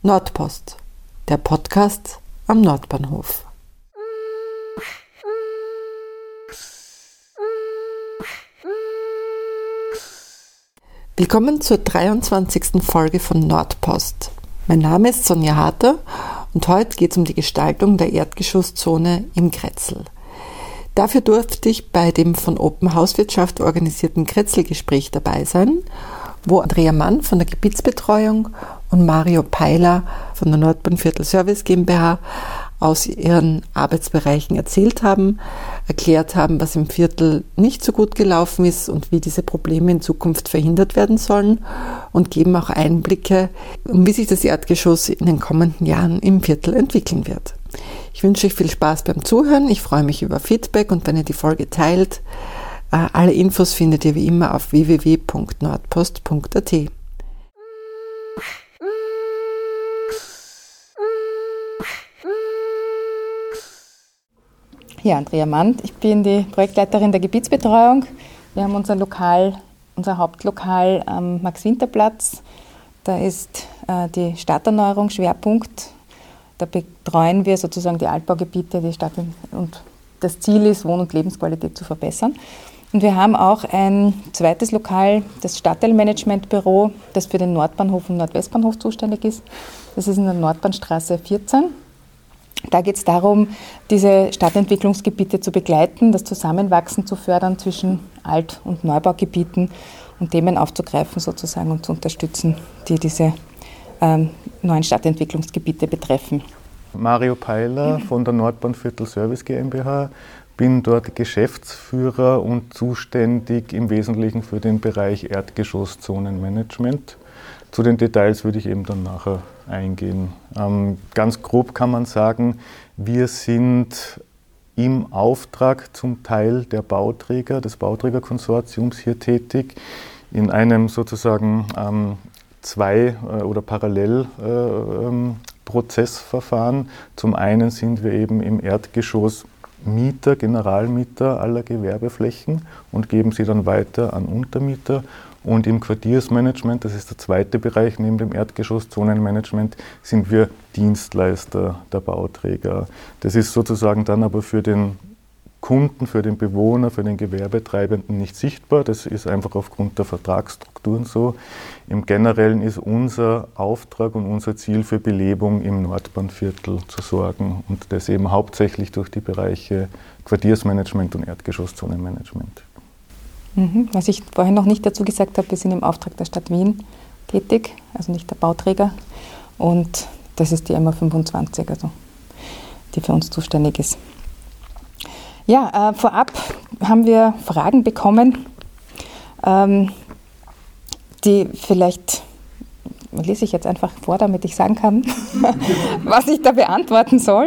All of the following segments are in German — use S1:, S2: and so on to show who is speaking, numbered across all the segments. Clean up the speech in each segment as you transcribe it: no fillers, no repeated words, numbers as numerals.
S1: Nordpost, der Podcast am Nordbahnhof. Willkommen zur 23. Folge von Nordpost. Mein Name ist Sonja Harter und heute geht es um die Gestaltung der Erdgeschosszone im Kretzel. Dafür durfte ich bei dem von Open Hauswirtschaft organisierten Kretzelgespräch dabei sein, wo Andrea Mann von der Gebietsbetreuung und Mario Peiler von der Nordbahnviertel Service GmbH aus ihren Arbeitsbereichen erzählt haben, erklärt haben, was im Viertel nicht so gut gelaufen ist und wie diese Probleme in Zukunft verhindert werden sollen und geben auch Einblicke, wie sich das Erdgeschoss in den kommenden Jahren im Viertel entwickeln wird. Ich wünsche euch viel Spaß beim Zuhören, ich freue mich über Feedback und wenn ihr die Folge teilt. Alle Infos findet ihr wie immer auf www.nordpost.at.
S2: Ja, Andrea Mann, ich bin die Projektleiterin der Gebietsbetreuung. Wir haben unser Hauptlokal am Max-Winter-Platz. Da ist die Stadterneuerung Schwerpunkt. Da betreuen wir sozusagen die Altbaugebiete, die Stadt, und das Ziel ist, Wohn- und Lebensqualität zu verbessern. Und wir haben auch ein zweites Lokal, das Stadtteilmanagementbüro, das für den Nordbahnhof und Nordwestbahnhof zuständig ist. Das ist in der Nordbahnstraße 14. Da geht es darum, diese Stadtentwicklungsgebiete zu begleiten, das Zusammenwachsen zu fördern zwischen Alt- und Neubaugebieten und Themen aufzugreifen sozusagen und zu unterstützen, die diese neuen Stadtentwicklungsgebiete betreffen.
S3: Mario Peiler von der Nordbahnviertel Service GmbH. Bin dort Geschäftsführer und zuständig im Wesentlichen für den Bereich Erdgeschosszonenmanagement. Zu den Details würde ich eben dann nachher eingehen. Ganz grob kann man sagen, wir sind im Auftrag zum Teil der Bauträger, des Bauträgerkonsortiums hier tätig, in einem sozusagen oder Parallelprozessverfahren. Zum einen sind wir eben im Erdgeschoss Mieter, Generalmieter aller Gewerbeflächen und geben sie dann weiter an Untermieter. Und im Quartiersmanagement, das ist der zweite Bereich neben dem Erdgeschosszonenmanagement, sind wir Dienstleister der Bauträger. Das ist sozusagen dann aber für den Kunden, für den Bewohner, für den Gewerbetreibenden nicht sichtbar. Das ist einfach aufgrund der Vertragsstrukturen so. Im Generellen ist unser Auftrag und unser Ziel für Belebung im Nordbahnviertel zu sorgen und das eben hauptsächlich durch die Bereiche Quartiersmanagement und Erdgeschosszonenmanagement.
S2: Was ich vorhin noch nicht dazu gesagt habe, wir sind im Auftrag der Stadt Wien tätig, also nicht der Bauträger. Und das ist die MA25, also die für uns zuständig ist. Ja, vorab haben wir Fragen bekommen, die vielleicht lese ich jetzt einfach vor, damit ich sagen kann, was ich da beantworten soll.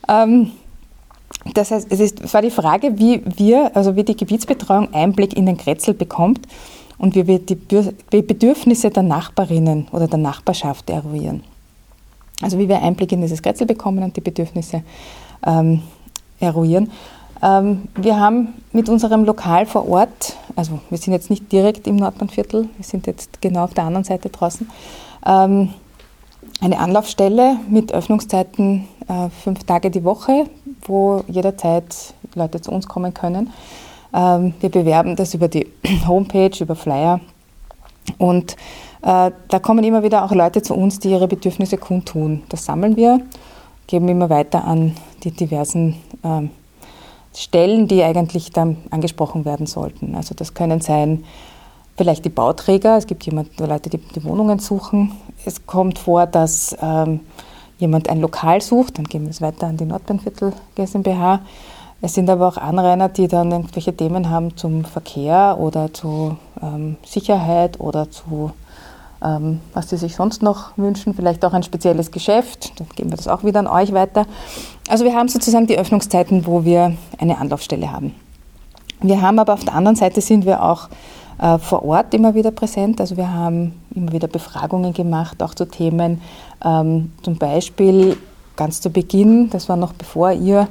S2: Das heißt, es war die Frage, wie die Gebietsbetreuung Einblick in den Kretzel bekommt und wie wir die Bedürfnisse der Nachbarinnen oder der Nachbarschaft eruieren. Also wie wir Einblick in dieses Kretzel bekommen und die Bedürfnisse eruieren. Wir haben mit unserem Lokal vor Ort, also wir sind jetzt nicht direkt im Nordbahnviertel, wir sind jetzt genau auf der anderen Seite draußen, eine Anlaufstelle mit Öffnungszeiten 5 Tage die Woche, wo jederzeit Leute zu uns kommen können. Wir bewerben das über die Homepage, über Flyer und da kommen immer wieder auch Leute zu uns, die ihre Bedürfnisse kundtun. Das sammeln wir, geben immer weiter an die diversen Stellen, die eigentlich dann angesprochen werden sollten. Also das können sein vielleicht die Bauträger, es gibt Leute, die Wohnungen suchen. Es kommt vor, dass jemand ein Lokal sucht, dann geben wir es weiter an die Nordbahnviertel GmbH. Es sind aber auch Anrainer, die dann irgendwelche Themen haben zum Verkehr oder zu Sicherheit oder zu was sie sich sonst noch wünschen, vielleicht auch ein spezielles Geschäft, dann geben wir das auch wieder an euch weiter. Also wir haben sozusagen die Öffnungszeiten, wo wir eine Anlaufstelle haben. Wir haben aber auf der anderen Seite sind wir auch vor Ort immer wieder präsent, also wir haben immer wieder Befragungen gemacht, auch zu Themen, zum Beispiel ganz zu Beginn, das war noch bevor ihr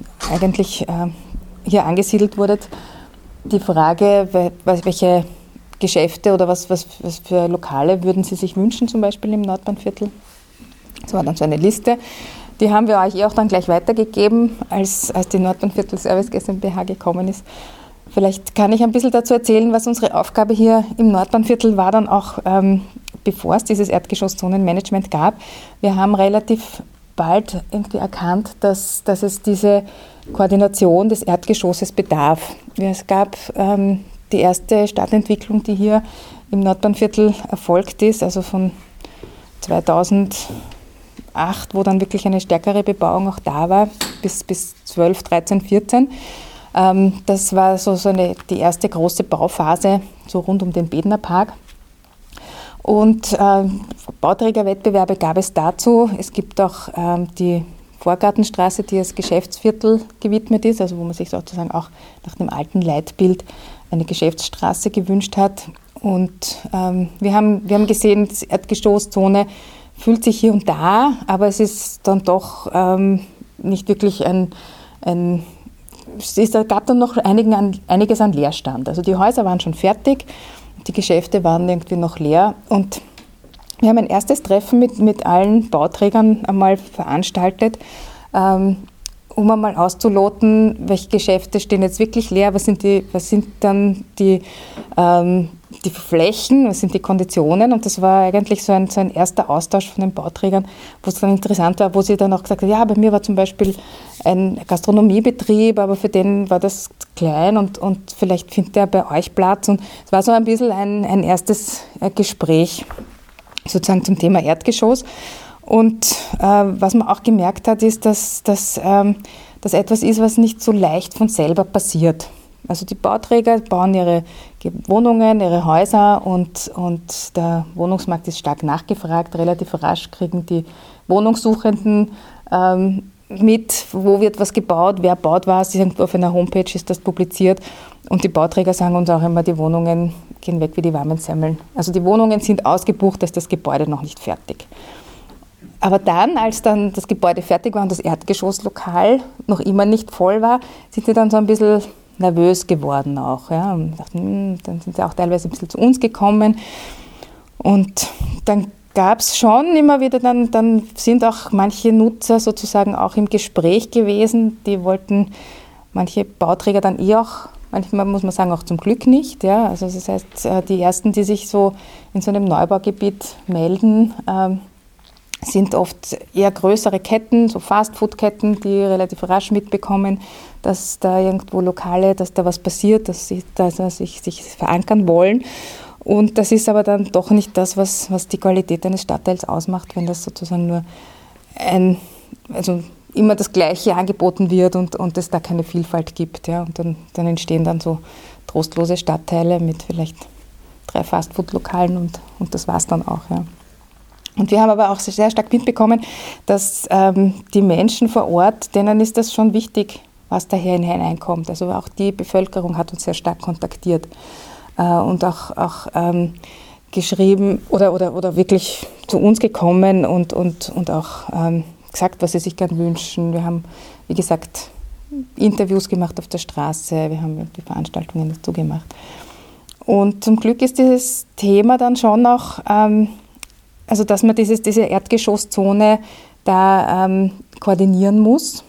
S2: eigentlich hier angesiedelt wurdet, die Frage, welche Geschäfte oder was für Lokale würden Sie sich wünschen, zum Beispiel im Nordbahnviertel? Das war dann so eine Liste. Die haben wir euch auch dann gleich weitergegeben, als die Nordbahnviertel Service GmbH gekommen ist. Vielleicht kann ich ein bisschen dazu erzählen, was unsere Aufgabe hier im Nordbahnviertel war, dann auch bevor es dieses Erdgeschosszonenmanagement gab. Wir haben relativ bald irgendwie erkannt, dass es diese Koordination des Erdgeschosses bedarf. Es gab die erste Stadtentwicklung, die hier im Nordbahnviertel erfolgt ist, also von 2008, wo dann wirklich eine stärkere Bebauung auch da war, bis 12, 13, 14. Das war die erste große Bauphase, so rund um den Bedner Park. Und Bauträgerwettbewerbe gab es dazu. Es gibt auch die Vorgartenstraße, die als Geschäftsviertel gewidmet ist, also wo man sich sozusagen auch nach dem alten Leitbild eine Geschäftsstraße gewünscht hat. Und wir haben gesehen, die Erdgeschosszone fühlt sich hier und da, aber es ist dann doch nicht wirklich es gab dann noch einiges an Leerstand. Also die Häuser waren schon fertig, die Geschäfte waren irgendwie noch leer und wir haben ein erstes Treffen mit allen Bauträgern einmal veranstaltet, um einmal auszuloten, welche Geschäfte stehen jetzt wirklich leer, was sind dann die Flächen, was sind die Konditionen, und das war eigentlich so ein erster Austausch von den Bauträgern, wo es dann interessant war, wo sie dann auch gesagt haben, ja, bei mir war zum Beispiel ein Gastronomiebetrieb, aber für den war das klein und vielleicht findet er bei euch Platz, und es war so ein bisschen ein erstes Gespräch sozusagen zum Thema Erdgeschoss. Und was man auch gemerkt hat, ist, dass das etwas ist, was nicht so leicht von selber passiert. Also die Bauträger bauen ihre Wohnungen, ihre Häuser und der Wohnungsmarkt ist stark nachgefragt. Relativ rasch kriegen die Wohnungssuchenden mit, wo wird was gebaut, wer baut was. Irgendwo auf einer Homepage ist das publiziert. Und die Bauträger sagen uns auch immer, die Wohnungen gehen weg wie die warmen Semmeln. Also die Wohnungen sind ausgebucht, da ist das Gebäude noch nicht fertig. Aber dann, als dann das Gebäude fertig war und das Erdgeschosslokal noch immer nicht voll war, sind sie dann so ein bisschen nervös geworden auch. Ja, und dachten, dann sind sie auch teilweise ein bisschen zu uns gekommen. Und dann gab es schon immer wieder, dann sind auch manche Nutzer sozusagen auch im Gespräch gewesen. Die wollten manche Bauträger dann auch, manchmal muss man sagen, auch zum Glück nicht. Ja. Also das heißt, die ersten, die sich so in so einem Neubaugebiet melden, sind oft eher größere Ketten, so Fastfood-Ketten, die relativ rasch mitbekommen, dass da irgendwo Lokale, dass da was passiert, dass sie sich verankern wollen. Und das ist aber dann doch nicht das, was die Qualität eines Stadtteils ausmacht, wenn das sozusagen nur also immer das Gleiche angeboten wird und es da keine Vielfalt gibt. Ja. Und dann entstehen dann so trostlose Stadtteile mit vielleicht 3 Fastfood-Lokalen und das war's dann auch. Ja. Und wir haben aber auch sehr stark mitbekommen, dass die Menschen vor Ort, denen ist das schon wichtig, was da hineinkommt. Also auch die Bevölkerung hat uns sehr stark kontaktiert und auch geschrieben oder wirklich zu uns gekommen und auch gesagt, was sie sich gern wünschen. Wir haben, wie gesagt, Interviews gemacht auf der Straße, wir haben die Veranstaltungen dazu gemacht. Und zum Glück ist dieses Thema dann schon auch also dass man diese Erdgeschosszone da koordinieren muss,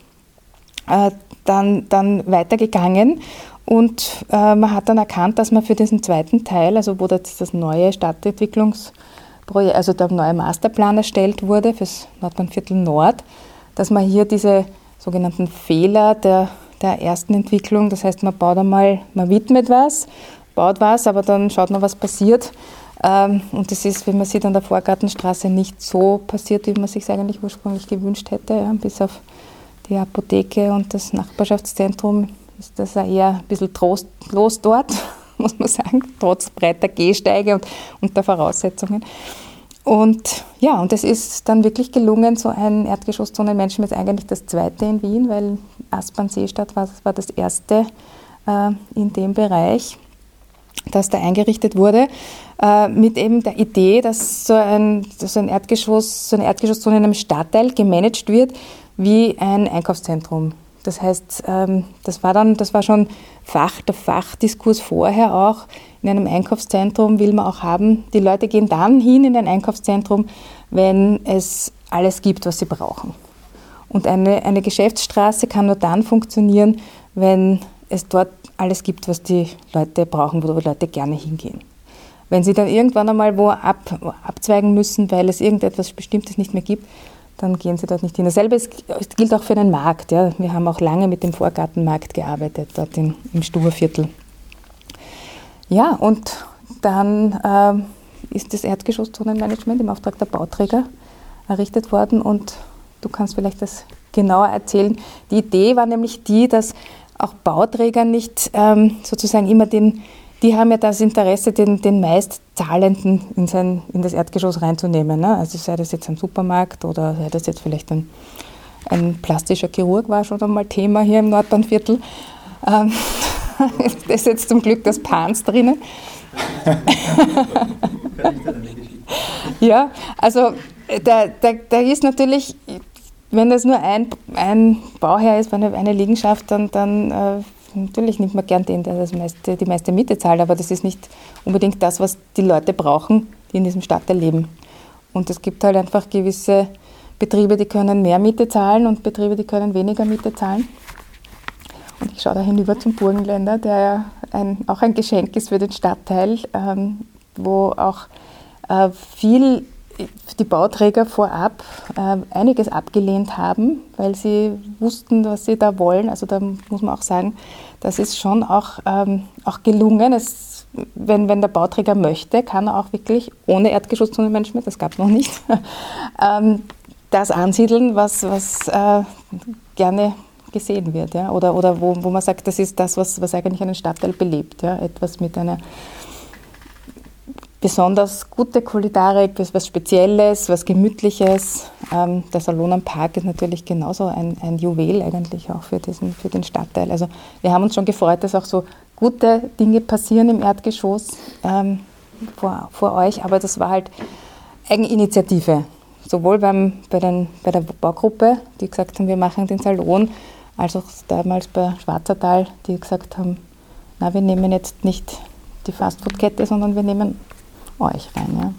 S2: dann weitergegangen und man hat dann erkannt, dass man für diesen zweiten Teil, also wo das neue Stadtentwicklungsprojekt, also der neue Masterplan erstellt wurde fürs Nordbahnviertel Nord, dass man hier diese sogenannten Fehler der ersten Entwicklung, das heißt man baut einmal, man widmet was, baut was, aber dann schaut man, was passiert. Und das ist, wenn man sieht, an der Vorgartenstraße nicht so passiert, wie man es sich eigentlich ursprünglich gewünscht hätte. Ja. Bis auf die Apotheke und das Nachbarschaftszentrum ist das ja eher ein bisschen trostlos dort, muss man sagen, trotz breiter Gehsteige und der Voraussetzungen. Und ja, und es ist dann wirklich gelungen, so ein Erdgeschosszonenmanagement ist eigentlich das zweite in Wien, weil Aspern-Seestadt war das erste in dem Bereich, das da eingerichtet wurde, mit eben der Idee, dass so eine Erdgeschosszone in einem Stadtteil gemanagt wird wie ein Einkaufszentrum. Das heißt, das war schon der Fachdiskurs vorher auch. In einem Einkaufszentrum will man auch haben, die Leute gehen dann hin in ein Einkaufszentrum, wenn es alles gibt, was sie brauchen. Und eine Geschäftsstraße kann nur dann funktionieren, wenn es dort alles gibt, was die Leute brauchen, wo die Leute gerne hingehen. Wenn sie dann irgendwann einmal wo abzweigen müssen, weil es irgendetwas Bestimmtes nicht mehr gibt, dann gehen sie dort nicht hin. Dasselbe gilt auch für einen Markt. Ja. Wir haben auch lange mit dem Vorgartenmarkt gearbeitet, dort im Stuberviertel. Ja, und dann ist das Erdgeschosszonenmanagement im Auftrag der Bauträger errichtet worden und du kannst vielleicht das genauer erzählen. Die Idee war nämlich die, dass auch Bauträger nicht sozusagen immer die haben ja das Interesse, den Meistzahlenden in das Erdgeschoss reinzunehmen. Ne? Also sei das jetzt ein Supermarkt oder sei das jetzt vielleicht ein plastischer Chirurg, war schon einmal Thema hier im Nordbahnviertel. Da ist jetzt zum Glück das Pans drinnen. Ja, also da ist natürlich, wenn das nur ein Bauherr ist, eine Liegenschaft, dann natürlich nimmt man gern den, der die meiste Miete zahlt, aber das ist nicht unbedingt das, was die Leute brauchen, die in diesem Stadtteil leben. Und es gibt halt einfach gewisse Betriebe, die können mehr Miete zahlen und Betriebe, die können weniger Miete zahlen. Und ich schaue da hinüber zum Burgenländer, der ja auch ein Geschenk ist für den Stadtteil, wo auch viel die Bauträger vorab einiges abgelehnt haben, weil sie wussten, was sie da wollen. Also da muss man auch sagen, das ist schon auch gelungen. Wenn der Bauträger möchte, kann er auch wirklich ohne Erdgeschosszonenmanagement, das gab es noch nicht, das ansiedeln, was gerne gesehen wird. Ja? Oder wo man sagt, das ist das, was eigentlich einen Stadtteil belebt. Ja? Etwas mit einer besonders gute Kulinarik, was Spezielles, was Gemütliches. Der Salon am Park ist natürlich genauso ein Juwel eigentlich auch für den Stadtteil. Also wir haben uns schon gefreut, dass auch so gute Dinge passieren im Erdgeschoss vor euch, aber das war halt Eigeninitiative. Sowohl bei der Baugruppe, die gesagt haben, wir machen den Salon, als auch damals bei Schwarzertal, die gesagt haben, na, wir nehmen jetzt nicht die Fastfood-Kette, sondern wir nehmen euch rein. Ja.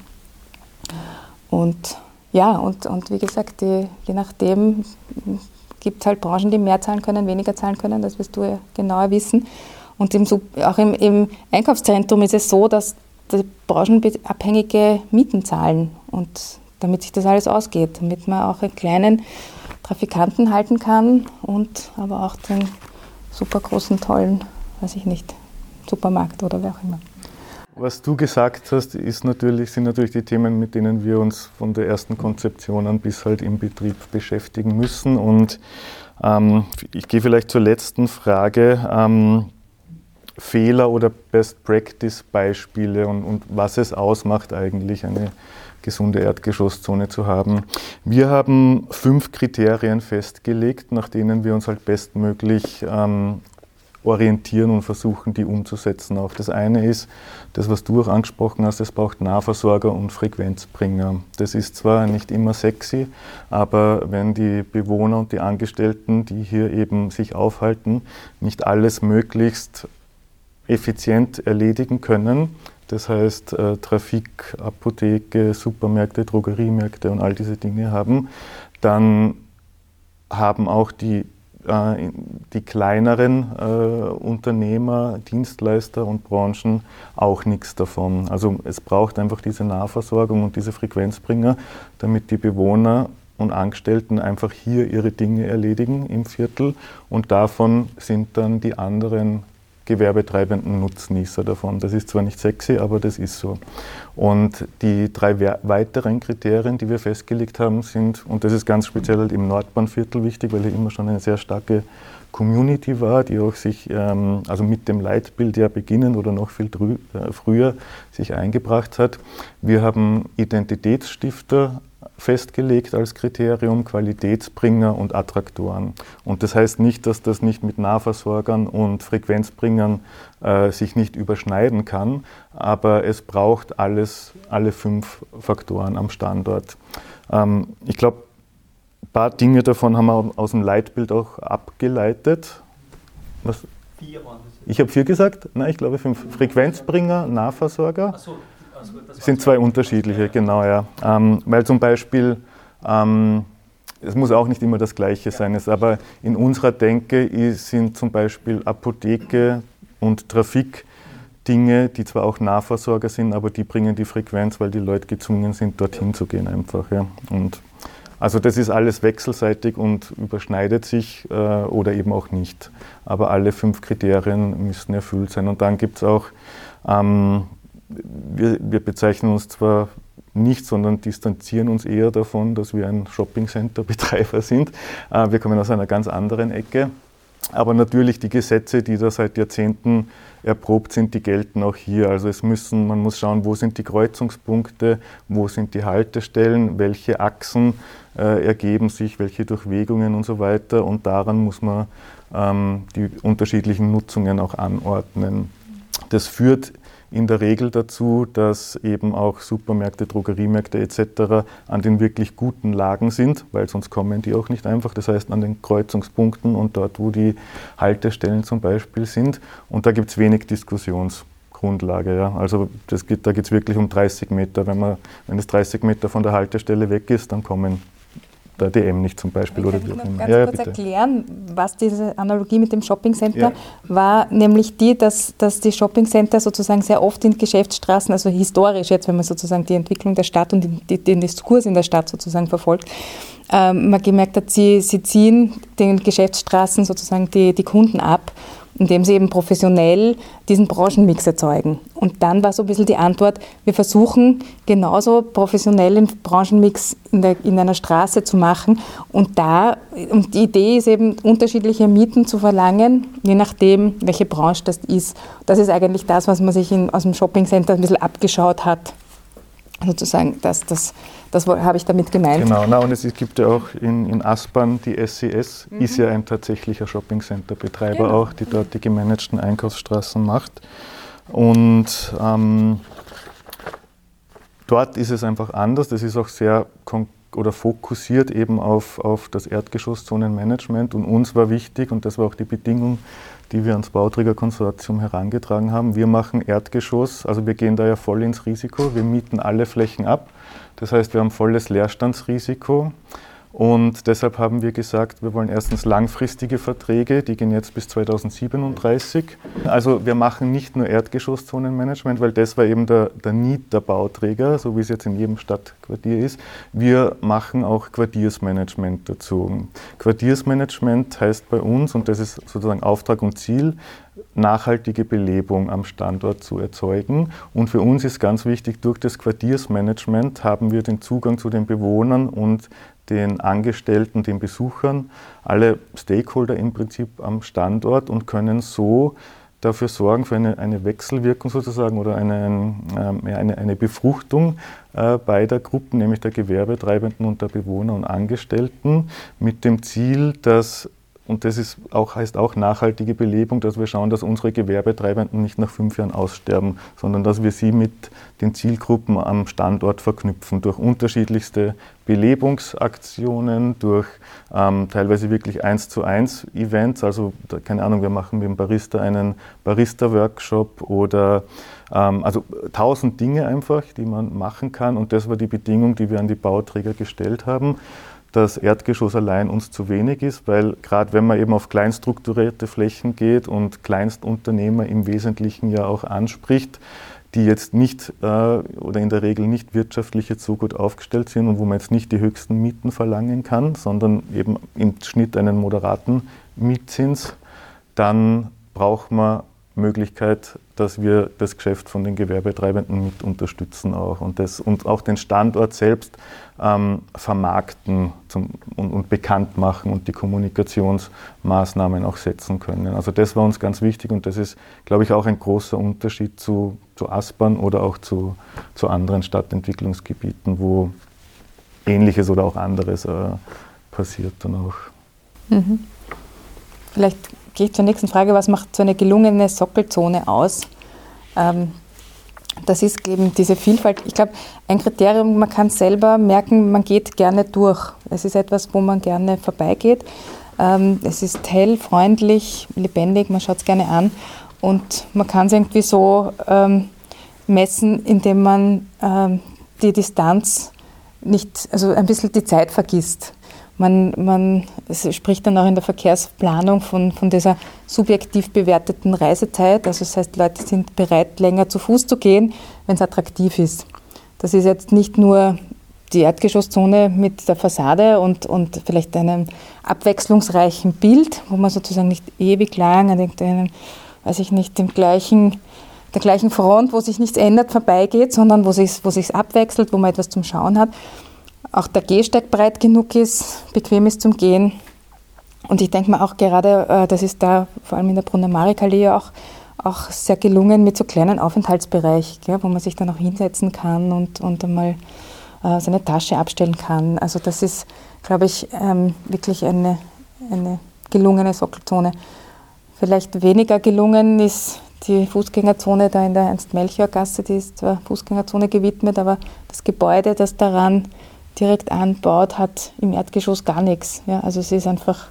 S2: Und wie gesagt, je nachdem gibt es halt Branchen, die mehr zahlen können, weniger zahlen können, das wirst du ja genauer wissen. Und auch im Einkaufszentrum ist es so, dass die branchenabhängige Mieten zahlen und damit sich das alles ausgeht, damit man auch einen kleinen Trafikanten halten kann und aber auch den super großen, tollen, Supermarkt oder wer auch immer.
S3: Was du gesagt hast, sind natürlich die Themen, mit denen wir uns von der ersten Konzeption an bis halt im Betrieb beschäftigen müssen. Und ich gehe vielleicht zur letzten Frage. Fehler oder Best-Practice-Beispiele und was es ausmacht eigentlich, eine gesunde Erdgeschosszone zu haben. Wir haben 5 Kriterien festgelegt, nach denen wir uns halt bestmöglich orientieren und versuchen, die umzusetzen. Auch das eine ist, das, was du auch angesprochen hast, es braucht Nahversorger und Frequenzbringer. Das ist zwar nicht immer sexy, aber wenn die Bewohner und die Angestellten, die hier eben sich aufhalten, nicht alles möglichst effizient erledigen können, das heißt Trafik, Apotheke, Supermärkte, Drogeriemärkte und all diese Dinge haben, dann haben auch die kleineren Unternehmer, Dienstleister und Branchen auch nichts davon. Also es braucht einfach diese Nahversorgung und diese Frequenzbringer, damit die Bewohner und Angestellten einfach hier ihre Dinge erledigen im Viertel und davon sind dann die anderen Gewerbetreibenden Nutznießer davon. Das ist zwar nicht sexy, aber das ist so. Und die 3 weiteren Kriterien, die wir festgelegt haben, sind, und das ist ganz speziell halt im Nordbahnviertel wichtig, weil hier immer schon eine sehr starke Community war, die auch sich, also mit dem Leitbild ja beginnend oder noch viel früher sich eingebracht hat. Wir haben Identitätsstifter festgelegt als Kriterium, Qualitätsbringer und Attraktoren. Und das heißt nicht, dass das nicht mit Nahversorgern und Frequenzbringern sich nicht überschneiden kann, aber es braucht alle 5 Faktoren am Standort. Ich glaube, paar Dinge davon haben wir aus dem Leitbild auch abgeleitet. Was?
S4: 4 waren das.
S3: Ich habe 4 gesagt? Nein, ich glaube 5. Frequenzbringer, Nahversorger.
S4: Ach so, also das
S3: Sind 2 unterschiedliche, genau, ja. Weil zum Beispiel, es muss auch nicht immer das Gleiche sein, aber in unserer Denke sind zum Beispiel Apotheke und Trafik Dinge, die zwar auch Nahversorger sind, aber die bringen die Frequenz, weil die Leute gezwungen sind, dorthin zu gehen einfach. Ja. Und also das ist alles wechselseitig und überschneidet sich oder eben auch nicht. Aber alle 5 Kriterien müssen erfüllt sein. Und dann gibt es auch, wir bezeichnen uns zwar nicht, sondern distanzieren uns eher davon, dass wir ein Shopping-Center-Betreiber sind. Wir kommen aus einer ganz anderen Ecke. Aber natürlich die Gesetze, die da seit Jahrzehnten erprobt sind, die gelten auch hier. Also man muss schauen, wo sind die Kreuzungspunkte, wo sind die Haltestellen, welche Achsen ergeben sich, welche Durchwegungen und so weiter. Und daran muss man die unterschiedlichen Nutzungen auch anordnen. Das führt in der Regel dazu, dass eben auch Supermärkte, Drogeriemärkte etc. an den wirklich guten Lagen sind, weil sonst kommen die auch nicht einfach. Das heißt an den Kreuzungspunkten und dort, wo die Haltestellen zum Beispiel sind. Und da gibt es wenig Diskussionsgrundlage. Ja. Also da geht es wirklich um 30 Meter. Wenn es 30 Meter von der Haltestelle weg ist, dann kommen der DM nicht zum Beispiel.
S2: Ich kann ganz kurz erklären, was diese Analogie mit dem Shoppingcenter war, nämlich die, dass die Shoppingcenter sozusagen sehr oft in Geschäftsstraßen, also historisch jetzt, wenn man sozusagen die Entwicklung der Stadt und den Diskurs in der Stadt sozusagen verfolgt, man gemerkt hat, sie ziehen den Geschäftsstraßen sozusagen die Kunden ab, indem sie eben professionell diesen Branchenmix erzeugen. Und dann war so ein bisschen die Antwort, wir versuchen genauso professionell den Branchenmix in einer Straße zu machen. Und die Idee ist eben, unterschiedliche Mieten zu verlangen, je nachdem, welche Branche das ist. Das ist eigentlich das, was man sich aus dem Shoppingcenter ein bisschen abgeschaut hat. Sozusagen, das habe ich damit gemeint.
S3: Genau, und es gibt ja auch in Aspern die SES, ist ja ein tatsächlicher Shoppingcenter-Betreiber auch, die dort die gemanagten Einkaufsstraßen macht. Und dort ist es einfach anders, das ist auch sehr fokussiert eben auf das Erdgeschosszonenmanagement. Und uns war wichtig, und das war auch die Bedingung, die wir ans Bauträgerkonsortium herangetragen haben. Wir machen Erdgeschoss, also wir gehen da ja voll ins Risiko, wir mieten alle Flächen ab. Das heißt, wir haben volles Leerstandsrisiko und deshalb haben wir gesagt, wir wollen erstens langfristige Verträge, die gehen jetzt bis 2037. Also wir machen nicht nur Erdgeschosszonenmanagement, weil das war eben der Need der Bauträger, so wie es jetzt in jedem Stadtquartier ist. Wir machen auch Quartiersmanagement dazu. Quartiersmanagement heißt bei uns, und das ist sozusagen Auftrag und Ziel, nachhaltige Belebung am Standort zu erzeugen. Und für uns ist ganz wichtig, durch das Quartiersmanagement haben wir den Zugang zu den Bewohnern und den Angestellten, den Besuchern, alle Stakeholder im Prinzip am Standort und können so dafür sorgen, für eine Wechselwirkung sozusagen oder eine Befruchtung beider Gruppen, nämlich der Gewerbetreibenden und der Bewohner und Angestellten, mit dem Ziel, dass, und das heißt auch nachhaltige Belebung, dass wir schauen, dass unsere Gewerbetreibenden nicht nach 5 Jahren aussterben, sondern dass wir sie mit den Zielgruppen am Standort verknüpfen, durch unterschiedlichste Belebungsaktionen, durch teilweise wirklich 1:1 Events, also keine Ahnung, wir machen mit dem Barista einen Barista-Workshop oder also 1000 Dinge einfach, die man machen kann, und das war die Bedingung, die wir an die Bauträger gestellt haben. Das Erdgeschoss allein uns zu wenig ist, weil gerade wenn man eben auf kleinstrukturierte Flächen geht und Kleinstunternehmer im Wesentlichen ja auch anspricht, die jetzt nicht oder in der Regel nicht wirtschaftlich jetzt so gut aufgestellt sind und wo man jetzt nicht die höchsten Mieten verlangen kann, sondern eben im Schnitt einen moderaten Mietzins, dann braucht man Möglichkeit, dass wir das Geschäft von den Gewerbetreibenden mit unterstützen auch und auch den Standort selbst vermarkten und bekannt machen und die Kommunikationsmaßnahmen auch setzen können. Also das war uns ganz wichtig und das ist, glaube ich, auch ein großer Unterschied zu Aspern oder auch zu anderen Stadtentwicklungsgebieten, wo Ähnliches oder auch anderes passiert dann auch.
S2: Mhm. Vielleicht gehe ich zur nächsten Frage. Was macht so eine gelungene Sockelzone aus? das ist eben diese Vielfalt. Ich glaube, ein Kriterium, man kann selber merken, man geht gerne durch. Es ist etwas, wo man gerne vorbeigeht. Es ist hell, freundlich, lebendig, man schaut es gerne an und man kann es irgendwie so messen, indem man die Distanz nicht, also ein bisschen die Zeit vergisst. Es spricht dann auch in der Verkehrsplanung von dieser subjektiv bewerteten Reisezeit. Also das heißt, Leute sind bereit, länger zu Fuß zu gehen, wenn es attraktiv ist. Das ist jetzt nicht nur die Erdgeschosszone mit der Fassade und vielleicht einem abwechslungsreichen Bild, wo man sozusagen nicht ewig lang an irgendeinem, weiß ich nicht, der gleichen Front, wo sich nichts ändert, vorbeigeht, sondern wo sich's abwechselt, wo man etwas zum Schauen hat. Auch der Gehsteig breit genug ist, bequem ist zum Gehen. Und ich denke mir auch gerade, das ist da vor allem in der Brunner Marek-Allee auch sehr gelungen mit so kleinen Aufenthaltsbereich, gell, wo man sich dann auch hinsetzen kann und einmal seine Tasche abstellen kann. Also das ist, glaube ich, wirklich eine gelungene Sockelzone. Vielleicht weniger gelungen ist die Fußgängerzone da in der Ernst-Melchior-Gasse, die ist zwar Fußgängerzone gewidmet, aber das Gebäude, das daran direkt anbaut, hat im Erdgeschoss gar nichts. Ja, also es ist einfach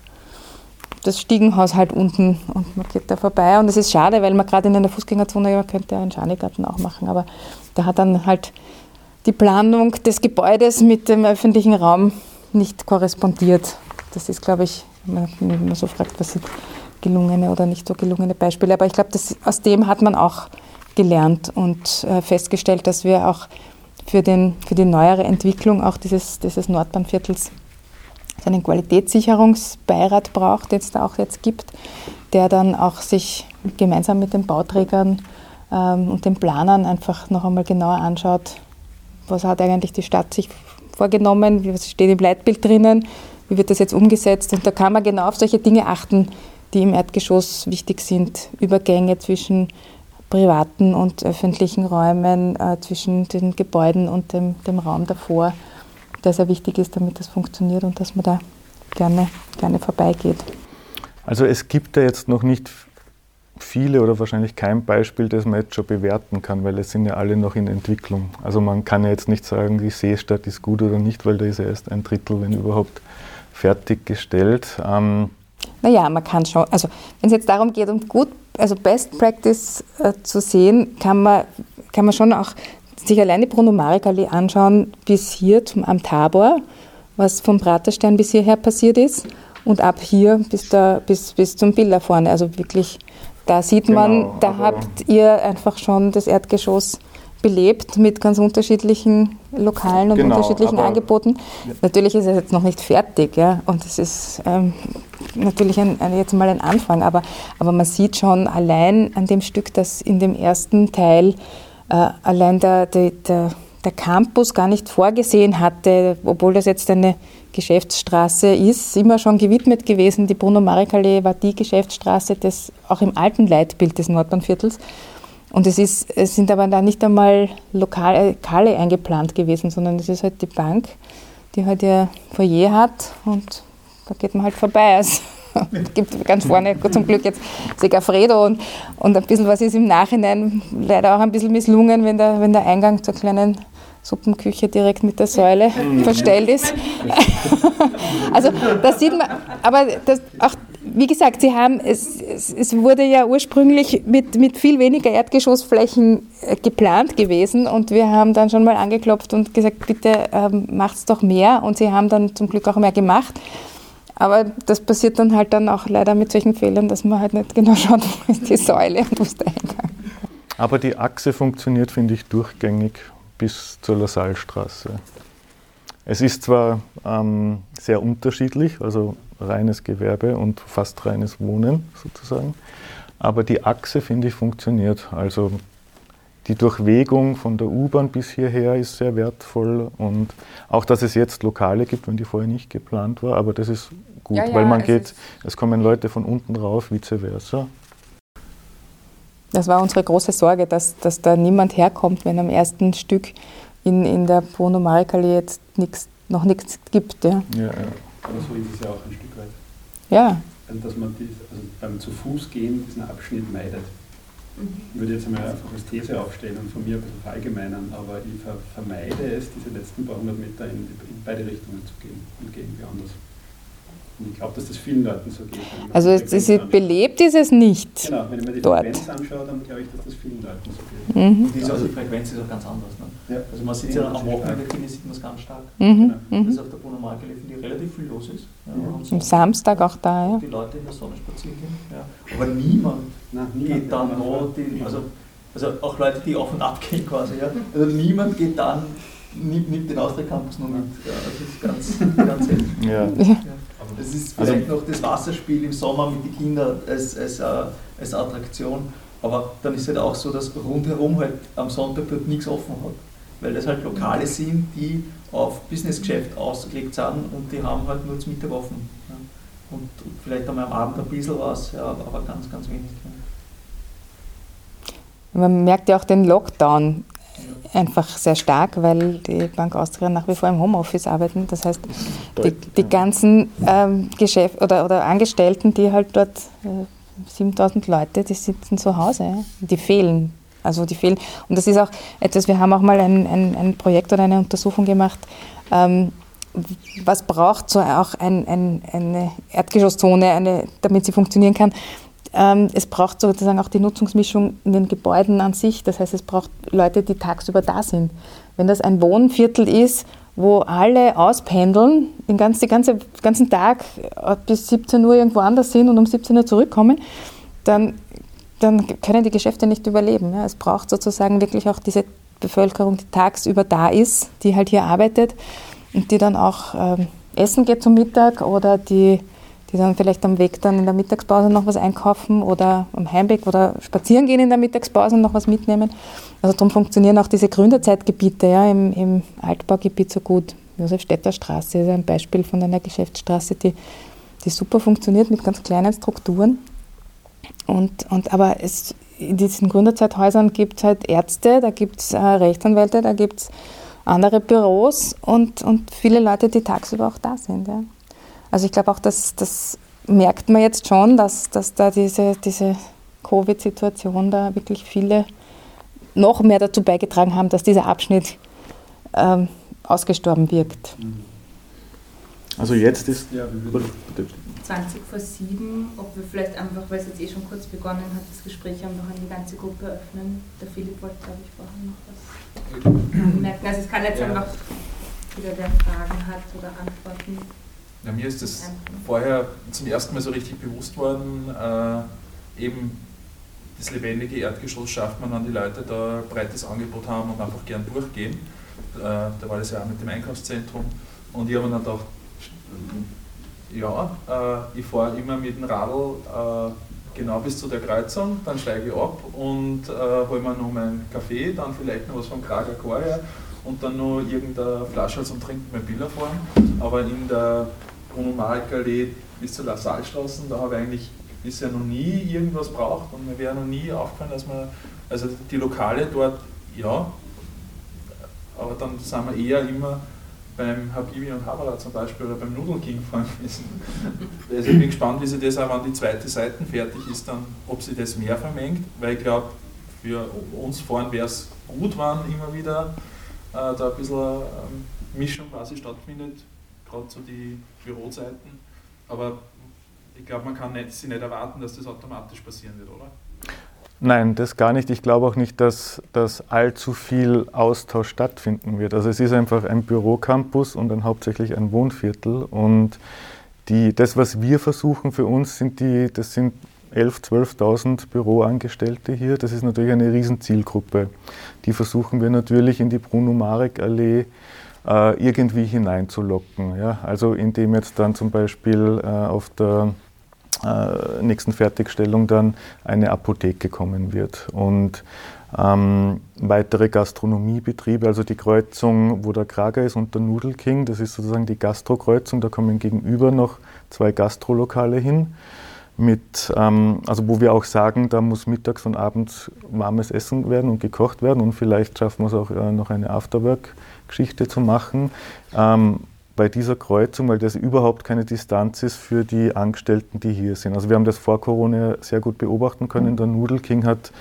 S2: das Stiegenhaus halt unten und man geht da vorbei. Und es ist schade, weil man gerade in einer Fußgängerzone, man könnte ja einen Schanigarten auch machen, aber da hat dann halt die Planung des Gebäudes mit dem öffentlichen Raum nicht korrespondiert. Das ist, glaube ich, wenn man so fragt, was sind gelungene oder nicht so gelungene Beispiele. Aber ich glaube, aus dem hat man auch gelernt und festgestellt, dass wir auch für die neuere Entwicklung auch dieses Nordbahnviertels einen Qualitätssicherungsbeirat braucht, den es da auch jetzt gibt, der dann auch sich gemeinsam mit den Bauträgern und den Planern einfach noch einmal genauer anschaut, was hat eigentlich die Stadt sich vorgenommen, was steht im Leitbild drinnen, wie wird das jetzt umgesetzt. Und da kann man genau auf solche Dinge achten, die im Erdgeschoss wichtig sind. Übergänge zwischen privaten und öffentlichen Räumen, zwischen den Gebäuden und dem Raum davor, der sehr wichtig ist, damit das funktioniert und dass man da gerne vorbeigeht.
S3: Also es gibt da jetzt noch nicht viele oder wahrscheinlich kein Beispiel, das man jetzt schon bewerten kann, weil es sind ja alle noch in Entwicklung. Also man kann ja jetzt nicht sagen, die Seestadt ist gut oder nicht, weil da ist ja erst ein Drittel, wenn überhaupt, fertiggestellt.
S2: Naja, man kann schon, also wenn es jetzt darum geht, um Best Practice zu sehen, kann man schon auch sich alleine die Brunner Marek-Allee anschauen, bis hier am Tabor, was vom Praterstern bis hierher passiert ist und ab hier bis zum Billa vorne. Also wirklich, da sieht man, genau, da habt ihr einfach schon das Erdgeschoss belebt mit ganz unterschiedlichen Lokalen und unterschiedlichen Angeboten. Ja. Natürlich ist es jetzt noch nicht fertig, ja, und es ist natürlich jetzt mal ein Anfang, aber man sieht schon allein an dem Stück, dass in dem ersten Teil allein der Campus gar nicht vorgesehen hatte, obwohl das jetzt eine Geschäftsstraße ist, immer schon gewidmet gewesen. Die Brunner Marek-Allee war die Geschäftsstraße auch im alten Leitbild des Nordbahnviertels. Und es sind aber da nicht einmal Lokale eingeplant gewesen, sondern es ist halt die Bank, die halt ihr Foyer hat und da geht man halt vorbei. Also, es gibt ganz vorne zum Glück jetzt Segafredo und ein bisschen was ist im Nachhinein leider auch ein bisschen misslungen, wenn der Eingang zur kleinen Suppenküche direkt mit der Säule verstellt ist. Also das sieht man, aber auch, wie gesagt, es wurde ja ursprünglich mit viel weniger Erdgeschossflächen geplant gewesen und wir haben dann schon mal angeklopft und gesagt, bitte macht's doch mehr, und sie haben dann zum Glück auch mehr gemacht. Aber das passiert dann halt auch leider mit solchen Fehlern, dass man halt nicht genau schaut, wo ist die Säule und wo ist der Eingang.
S3: Aber die Achse funktioniert, finde ich, durchgängig bis zur Lassallestraße. Es ist zwar sehr unterschiedlich, also reines Gewerbe und fast reines Wohnen sozusagen, aber die Achse, finde ich, funktioniert. Also die Durchwegung von der U-Bahn bis hierher ist sehr wertvoll, und auch, dass es jetzt Lokale gibt, wenn die vorher nicht geplant war, aber das ist gut, ja, weil es kommen Leute von unten rauf, vice versa.
S2: Das war unsere große Sorge, dass da niemand herkommt, wenn am ersten Stück in der Brunner Marek-Allee jetzt noch nichts gibt. Ja.
S5: Ja. Aber so ist es ja auch ein Stück weit.
S2: Ja.
S5: Also, dass man beim Zu-Fuß gehen diesen Abschnitt meidet. Ich würde jetzt einmal einfach als These aufstellen und von mir ein bisschen verallgemeinern, aber ich vermeide es, diese letzten paar hundert Meter in beide Richtungen zu gehen und gehe irgendwie anders. Und ich glaube, dass das vielen Leuten so geht.
S2: Also belebt ist es nicht.
S5: Genau, wenn ich mir die
S2: dort.
S5: Frequenz anschaue, dann glaube ich, dass das vielen Leuten so geht.
S4: Und die Frequenz ist auch ganz anders. Ne?
S5: Ja.
S4: Also man sieht ja am Wochenende, sieht man es ganz stark.
S2: Mhm.
S4: Das ist auf der Bruno Marke, die relativ viel los ist. Ja,
S2: Am Samstag auch da, ja.
S4: Die Leute in der Sonne spazieren gehen. Ja. Aber niemand geht dann noch, also auch Leute, die auf und ab gehen quasi. Ja. Also niemand geht dann, nimmt den Austria Campus noch mit. Ja, das ist ganz selten.
S3: Ja.
S4: Das ist vielleicht noch das Wasserspiel im Sommer mit den Kindern als Attraktion, aber dann ist es halt auch so, dass rundherum halt am Sonntag dort nichts offen hat, weil das halt Lokale sind, die auf Businessgeschäft ausgelegt sind und die haben halt nur zum Mittag offen. Ja. Und vielleicht einmal am Abend ein bisschen was, ja, aber ganz, ganz wenig. Ja.
S2: Man merkt ja auch den Lockdown einfach sehr stark, weil die Bank Austria nach wie vor im Homeoffice arbeiten. Das heißt, die ganzen oder Angestellten, die halt dort 7000 Leute, die sitzen zu Hause. Ja. Die fehlen. Und das ist auch etwas, wir haben auch mal ein Projekt oder eine Untersuchung gemacht, was braucht so auch eine Erdgeschosszone, damit sie funktionieren kann. Es braucht sozusagen auch die Nutzungsmischung in den Gebäuden an sich. Das heißt, es braucht Leute, die tagsüber da sind. Wenn das ein Wohnviertel ist, wo alle auspendeln, den ganzen Tag bis 17 Uhr irgendwo anders sind und um 17 Uhr zurückkommen, dann können die Geschäfte nicht überleben. Ja. Es braucht sozusagen wirklich auch diese Bevölkerung, die tagsüber da ist, die halt hier arbeitet und die dann auch essen geht zum Mittag oder die dann vielleicht am Weg dann in der Mittagspause noch was einkaufen oder am Heimweg oder spazieren gehen in der Mittagspause und noch was mitnehmen. Also darum funktionieren auch diese Gründerzeitgebiete im Altbaugebiet so gut. Josef-Städter-Straße ist ein Beispiel von einer Geschäftsstraße, die super funktioniert mit ganz kleinen Strukturen. Aber in diesen Gründerzeithäusern gibt es halt Ärzte, da gibt es Rechtsanwälte, da gibt es andere Büros und viele Leute, die tagsüber auch da sind. Ja. Also ich glaube auch, das merkt man jetzt schon, dass da diese Covid-Situation da wirklich viele noch mehr dazu beigetragen haben, dass dieser Abschnitt ausgestorben wirkt.
S3: Also jetzt ist...
S5: Ja,
S6: 20 vor 7, ob wir vielleicht einfach, weil es jetzt schon kurz begonnen hat, das Gespräch einfach an die ganze Gruppe öffnen. Der Philipp wollte, glaube ich, vorher noch was merken. Also es kann jetzt einfach wieder, wer Fragen hat oder Antworten.
S7: Ja, mir ist das vorher zum ersten Mal so richtig bewusst worden, eben das lebendige Erdgeschoss schafft man, wenn die Leute da ein breites Angebot haben und einfach gern durchgehen. Da war das ja auch mit dem Einkaufszentrum und ich habe mir dann gedacht, ich fahre immer mit dem Radl genau bis zu der Kreuzung, dann steige ich ab und hole mir noch meinen Kaffee, dann vielleicht noch was vom Krager Chor und dann noch irgendeine Flasche zum Trinken beim Billerfahren. Aber in der Bruno-Marek-Allee bis zur La-Salle-Straße, da habe ich eigentlich bisher noch nie irgendwas braucht und mir wäre noch nie aufgefallen, dass man, also die Lokale dort, ja, aber dann sind wir eher immer beim Habibi und Havara zum Beispiel oder beim Noodle King fahren gewesen. Also ich bin gespannt, wie sich das auch, wenn die zweite Seite fertig ist, dann, ob sich das mehr vermengt, weil ich glaube, für uns fahren wäre es gut, wenn immer wieder da ein bisschen Mischung quasi stattfindet, gerade so die Bürozeiten. Aber ich glaube, man kann sich nicht erwarten, dass das automatisch passieren wird, oder?
S3: Nein, das gar nicht. Ich glaube auch nicht, dass allzu viel Austausch stattfinden wird. Also es ist einfach ein Bürocampus und dann hauptsächlich ein Wohnviertel. Und das, was wir versuchen für uns, sind 11.000, 12.000 Büroangestellte hier. Das ist natürlich eine Riesenzielgruppe. Die versuchen wir natürlich in die Bruno-Marek-Allee irgendwie hineinzulocken. Ja? Also indem jetzt dann zum Beispiel auf der nächsten Fertigstellung dann eine Apotheke kommen wird und weitere Gastronomiebetriebe, also die Kreuzung, wo der Krager ist und der Noodle King, das ist sozusagen die Gastrokreuzung, da kommen gegenüber noch 2 Gastrolokale hin, also wo wir auch sagen, da muss mittags und abends warmes Essen werden und gekocht werden und vielleicht schaffen wir es auch noch eine Afterwork-Geschichte zu machen. Bei dieser Kreuzung, weil das überhaupt keine Distanz ist für die Angestellten, die hier sind. Also wir haben das vor Corona sehr gut beobachten können. Der Noodle King hat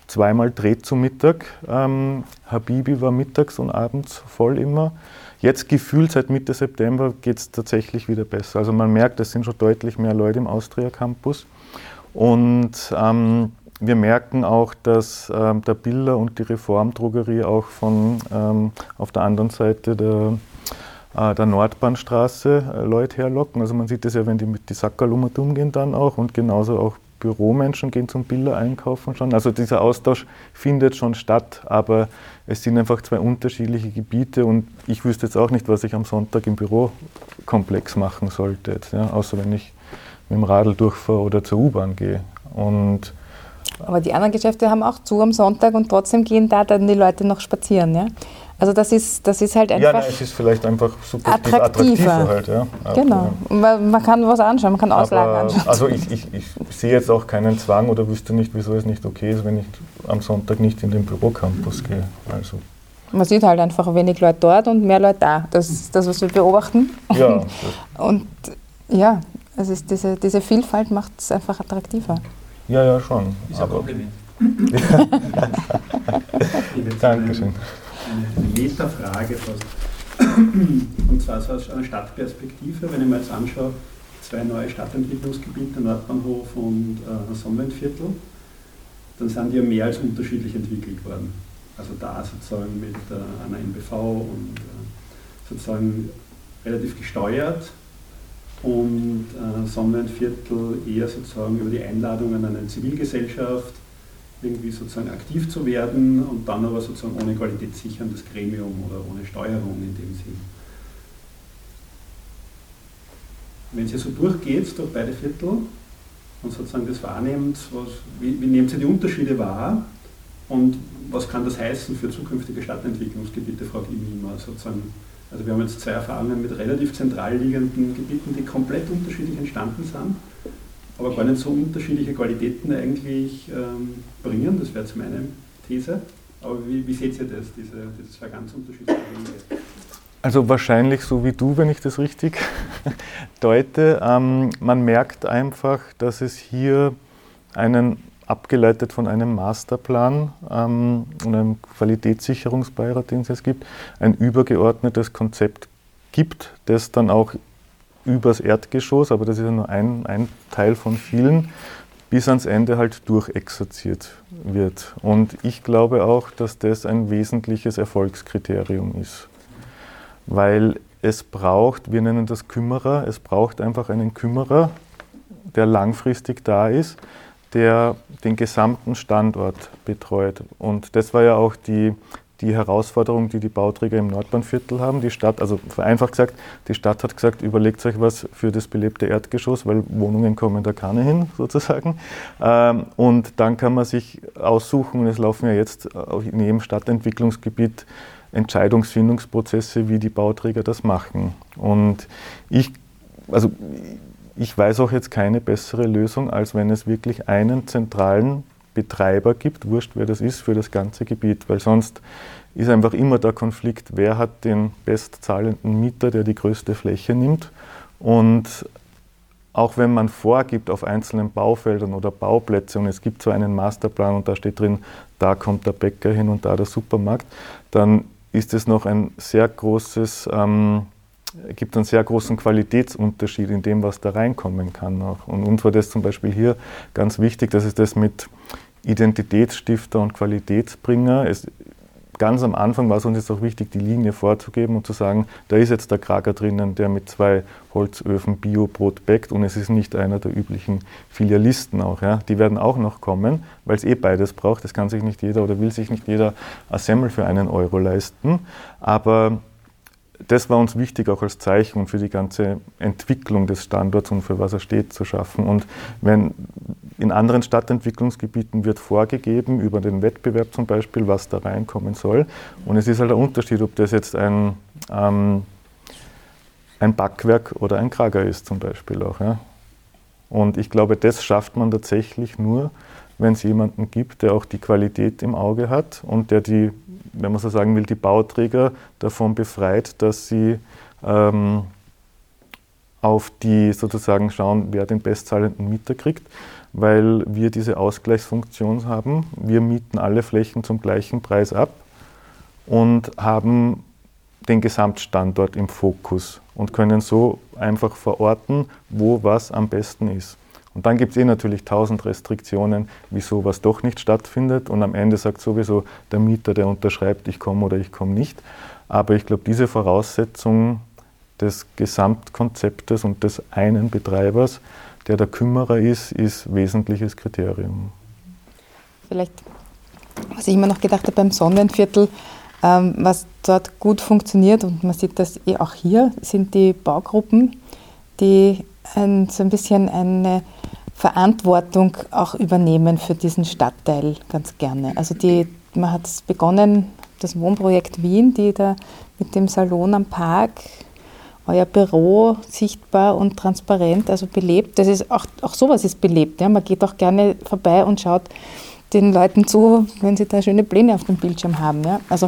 S3: zweimal dreht zum Mittag. Habibi war mittags und abends voll immer. Jetzt gefühlt seit Mitte September geht es tatsächlich wieder besser. Also man merkt, es sind schon deutlich mehr Leute im Austria Campus. Und wir merken auch, dass der Biller und die Reformdrogerie auch von auf der anderen Seite der Nordbahnstraße Leute herlocken. Also man sieht das ja, wenn die mit die Sackerl umgehen dann auch, und genauso auch Büromenschen gehen zum Biller einkaufen schon. Also dieser Austausch findet schon statt, aber es sind einfach zwei unterschiedliche Gebiete und ich wüsste jetzt auch nicht, was ich am Sonntag im Bürokomplex machen sollte, jetzt, ja, außer wenn ich mit dem Radl durchfahre oder zur U-Bahn gehe.
S2: Aber die anderen Geschäfte haben auch zu am Sonntag und trotzdem gehen da dann die Leute noch spazieren, ja? Also das ist halt einfach. Ja, nein,
S3: es ist vielleicht einfach subjektiv attraktiver halt, ja.
S2: Genau. Man kann was anschauen, man kann Auslagen anschauen.
S3: Also ich sehe jetzt auch keinen Zwang oder wüsste nicht, wieso es nicht okay ist, wenn ich am Sonntag nicht in den Bürocampus gehe. Also.
S2: Man sieht halt einfach wenig Leute dort und mehr Leute da. Das ist das, was wir beobachten.
S3: Ja.
S2: Und ja, es ist diese Vielfalt macht es einfach attraktiver.
S3: Ja, schon.
S4: Ist ein Kompliment.
S3: Dankeschön.
S5: Eine Metafrage fast. Und zwar so aus einer Stadtperspektive, wenn ich mir jetzt anschaue, 2 neue Stadtentwicklungsgebiete, Nordbahnhof und Sonnenwendviertel, dann sind die ja mehr als unterschiedlich entwickelt worden. Also da sozusagen mit einer MBV und sozusagen relativ gesteuert und Sonnenwendviertel eher sozusagen über die Einladung an eine Zivilgesellschaft irgendwie sozusagen aktiv zu werden und dann aber sozusagen ohne qualitätssicherndes Gremium oder ohne Steuerung in dem Sinn. Wenn Sie so durchgeht durch beide Viertel und sozusagen das wahrnehmt, wie nehmen Sie die Unterschiede wahr und was kann das heißen für zukünftige Stadtentwicklungsgebiete, frage ich mich immer sozusagen. Also wir haben jetzt 2 Erfahrungen mit relativ zentral liegenden Gebieten, die komplett unterschiedlich entstanden sind, aber gar nicht so unterschiedliche Qualitäten eigentlich bringen, das wäre jetzt meine These. Aber wie seht ihr das, diese 2 ganz unterschiedliche Dinge?
S3: Also wahrscheinlich so wie du, wenn ich das richtig deute. Man merkt einfach, dass es hier abgeleitet von einem Masterplan und einem Qualitätssicherungsbeirat, den es jetzt gibt, ein übergeordnetes Konzept gibt, das dann auch übers Erdgeschoss, aber das ist ja nur ein Teil von vielen, bis ans Ende halt durchexerziert wird. Und ich glaube auch, dass das ein wesentliches Erfolgskriterium ist. Weil es braucht, wir nennen das Kümmerer, es braucht einfach einen Kümmerer, der langfristig da ist, der den gesamten Standort betreut. Und das war ja auch die Herausforderung, die Bauträger im Nordbahnviertel haben. Die Stadt, also vereinfacht gesagt, die Stadt hat gesagt, überlegt euch was für das belebte Erdgeschoss, weil Wohnungen kommen da keine hin, sozusagen. Und dann kann man sich aussuchen, und es laufen ja jetzt in jedem Stadtentwicklungsgebiet Entscheidungsfindungsprozesse, wie die Bauträger das machen. Und ich weiß auch jetzt keine bessere Lösung, als wenn es wirklich einen zentralen Betreiber gibt, wurscht wer das ist, für das ganze Gebiet, weil sonst ist einfach immer der Konflikt, wer hat den bestzahlenden Mieter, der die größte Fläche nimmt. Und auch wenn man vorgibt auf einzelnen Baufeldern oder Bauplätze und es gibt so einen Masterplan und da steht drin, da kommt der Bäcker hin und da der Supermarkt, dann ist es noch ein sehr großes, gibt einen sehr großen Qualitätsunterschied in dem, was da reinkommen kann. Auch. Und uns war das zum Beispiel hier ganz wichtig, dass es das mit Identitätsstifter und Qualitätsbringer, ganz am Anfang war es uns jetzt auch wichtig, die Linie vorzugeben und zu sagen, da ist jetzt der Krager drinnen, der mit 2 Holzöfen Biobrot bäckt und es ist nicht einer der üblichen Filialisten auch. Ja. Die werden auch noch kommen, weil es beides braucht. Das kann sich nicht jeder oder will sich nicht jeder ein Semmel für €1 leisten. Aber das war uns wichtig, auch als Zeichen für die ganze Entwicklung des Standorts und für was er steht, zu schaffen. Und wenn in anderen Stadtentwicklungsgebieten wird vorgegeben, über den Wettbewerb zum Beispiel, was da reinkommen soll. Und es ist halt ein Unterschied, ob das jetzt ein Backwerk oder ein Krager ist zum Beispiel auch. Ja. Und ich glaube, das schafft man tatsächlich nur, wenn es jemanden gibt, der auch die Qualität im Auge hat und der die, wenn man so sagen will, die Bauträger davon befreit, dass sie auf die sozusagen schauen, wer den bestzahlenden Mieter kriegt. weil wir diese Ausgleichsfunktion haben. Wir mieten alle Flächen zum gleichen Preis ab und haben den Gesamtstandort im Fokus und können so einfach verorten, wo was am besten ist. Und dann gibt es natürlich 1000 Restriktionen, wieso was doch nicht stattfindet. Und am Ende sagt sowieso der Mieter, der unterschreibt, ich komme oder ich komme nicht. Aber ich glaube, diese Voraussetzung des Gesamtkonzeptes und des einen Betreibers, der der Kümmerer ist wesentliches Kriterium.
S2: Vielleicht, was ich immer noch gedacht habe beim Sonnenviertel, was dort gut funktioniert, und man sieht das auch hier, sind die Baugruppen, die so ein bisschen eine Verantwortung auch übernehmen für diesen Stadtteil ganz gerne. Also man hat es begonnen, das Wohnprojekt Wien, die da mit dem Salon am Park, euer Büro sichtbar und transparent, also belebt. Das ist auch sowas ist belebt. Ja. Man geht auch gerne vorbei und schaut den Leuten zu, wenn sie da schöne Pläne auf dem Bildschirm haben. Ja. Also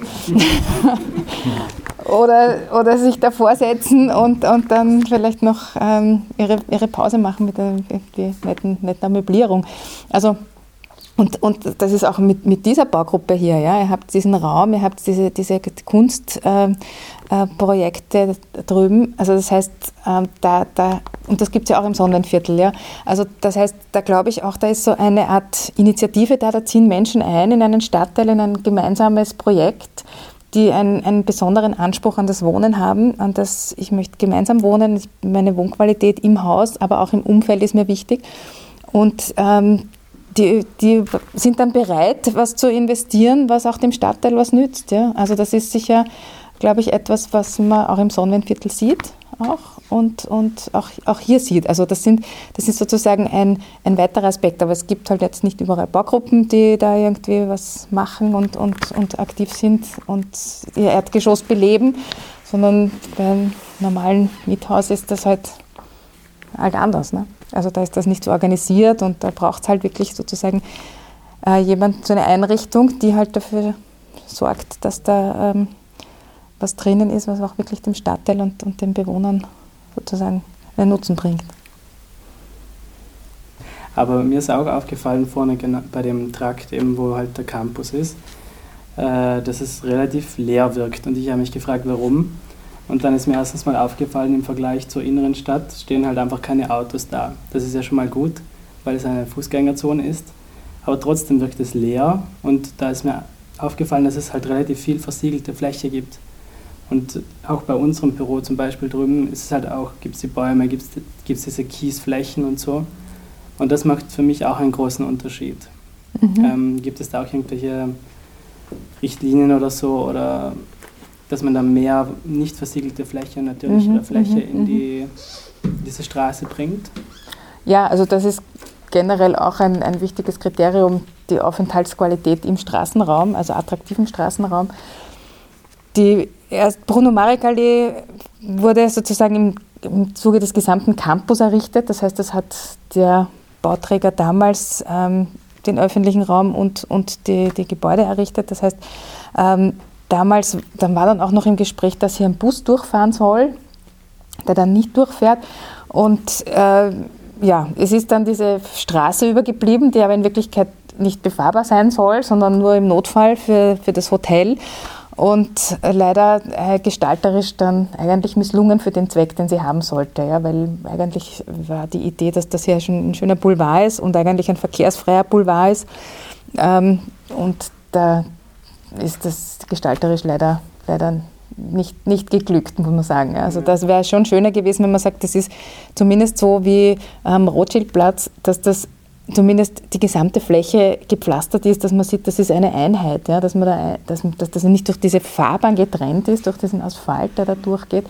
S2: oder sich davor setzen und dann vielleicht noch ihre Pause machen mit einer netten Möblierung. Also und das ist auch mit dieser Baugruppe hier. Ja. Ihr habt diesen Raum, ihr habt diese Kunstprojekte drüben. Also das heißt, und das gibt es ja auch im Sonnenviertel. Ja. Also das heißt, da glaube ich auch, da ist so eine Art Initiative da ziehen Menschen ein in einen Stadtteil, in ein gemeinsames Projekt, die einen besonderen Anspruch an das Wohnen haben, an das ich möchte gemeinsam wohnen, meine Wohnqualität im Haus, aber auch im Umfeld ist mir wichtig. Und die sind dann bereit, was zu investieren, was auch dem Stadtteil was nützt. Ja? Also das ist sicher, glaube ich, etwas, was man auch im Sonnenviertel sieht auch und auch hier sieht. Also das ist sozusagen ein weiterer Aspekt. Aber es gibt halt jetzt nicht überall Baugruppen, die da irgendwie was machen und aktiv sind und ihr Erdgeschoss beleben, sondern beim normalen Miethaus ist das halt anders. Ne? Also da ist das nicht so organisiert und da braucht es halt wirklich sozusagen jemand, so eine Einrichtung, die halt dafür sorgt, dass da was drinnen ist, was auch wirklich dem Stadtteil und den Bewohnern sozusagen einen Nutzen bringt.
S8: Aber mir ist auch aufgefallen, vorne bei dem Trakt, eben, wo halt der Campus ist, dass es relativ leer wirkt. Und ich habe mich gefragt, warum. Und dann ist mir erstens mal aufgefallen, im Vergleich zur inneren Stadt stehen halt einfach keine Autos da. Das ist ja schon mal gut, weil es eine Fußgängerzone ist. Aber trotzdem wirkt es leer. Und da ist mir aufgefallen, dass es halt relativ viel versiegelte Fläche gibt. Und auch bei unserem Büro zum Beispiel drüben ist es halt auch, gibt es die Bäume, gibt es diese Kiesflächen und so. Und das macht für mich auch einen großen Unterschied. Gibt es da auch irgendwelche Richtlinien oder so, oder dass man da mehr nicht versiegelte Fläche, natürlichere Fläche in diese Straße bringt?
S2: Ja, also das ist generell auch ein wichtiges Kriterium, die Aufenthaltsqualität im Straßenraum, also attraktiven Straßenraum. Bruno Marek-Allee wurde sozusagen im Zuge des gesamten Campus errichtet. Das heißt, das hat der Bauträger damals den öffentlichen Raum und die Gebäude errichtet. Das heißt, dann war dann auch noch im Gespräch, dass hier ein Bus durchfahren soll, der dann nicht durchfährt. Und es ist dann diese Straße übergeblieben, die aber in Wirklichkeit nicht befahrbar sein soll, sondern nur im Notfall für das Hotel. Und leider gestalterisch dann eigentlich misslungen für den Zweck, den sie haben sollte. Ja, weil eigentlich war die Idee, dass das hier schon ein schöner Boulevard ist und eigentlich ein verkehrsfreier Boulevard ist. Und da ist das gestalterisch leider nicht geglückt, muss man sagen. Also das wäre schon schöner gewesen, wenn man sagt, das ist zumindest so wie am Rothschildplatz, dass das zumindest die gesamte Fläche gepflastert ist, dass man sieht, das ist eine Einheit, ja, dass das nicht durch diese Fahrbahn getrennt ist, durch diesen Asphalt, der da durchgeht,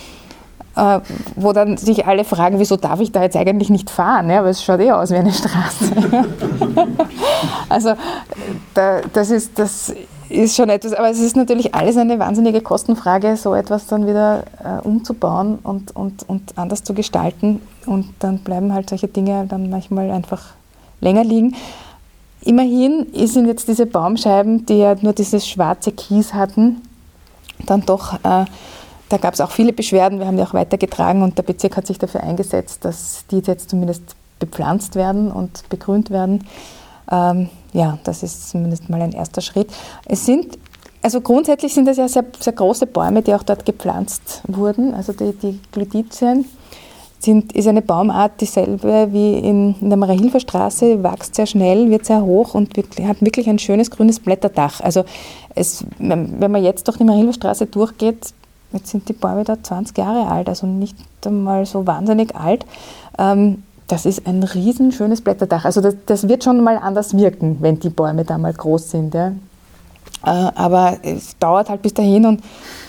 S2: wo dann sich alle fragen, wieso darf ich da jetzt eigentlich nicht fahren, ja, weil es schaut aus wie eine Straße. Also das ist schon etwas, aber es ist natürlich alles eine wahnsinnige Kostenfrage, so etwas dann wieder umzubauen und anders zu gestalten, und dann bleiben halt solche Dinge dann manchmal einfach länger liegen. Immerhin sind jetzt diese Baumscheiben, die ja nur dieses schwarze Kies hatten, dann doch, da gab es auch viele Beschwerden, wir haben die auch weitergetragen und der Bezirk hat sich dafür eingesetzt, dass die jetzt zumindest bepflanzt werden und begrünt werden. Das ist zumindest mal ein erster Schritt. Grundsätzlich sind das ja sehr, sehr große Bäume, die auch dort gepflanzt wurden. Also die Glydizien ist eine Baumart, dieselbe wie in der Maria-Hilfer-Straße, wächst sehr schnell, wird sehr hoch und hat wirklich ein schönes grünes Blätterdach. Also wenn man jetzt durch die Maria-Hilfer-Straße durchgeht, jetzt sind die Bäume da 20 Jahre alt, also nicht einmal so wahnsinnig alt. Das ist ein riesenschönes Blätterdach. Also das wird schon mal anders wirken, wenn die Bäume da mal groß sind. Ja. Aber es dauert halt bis dahin und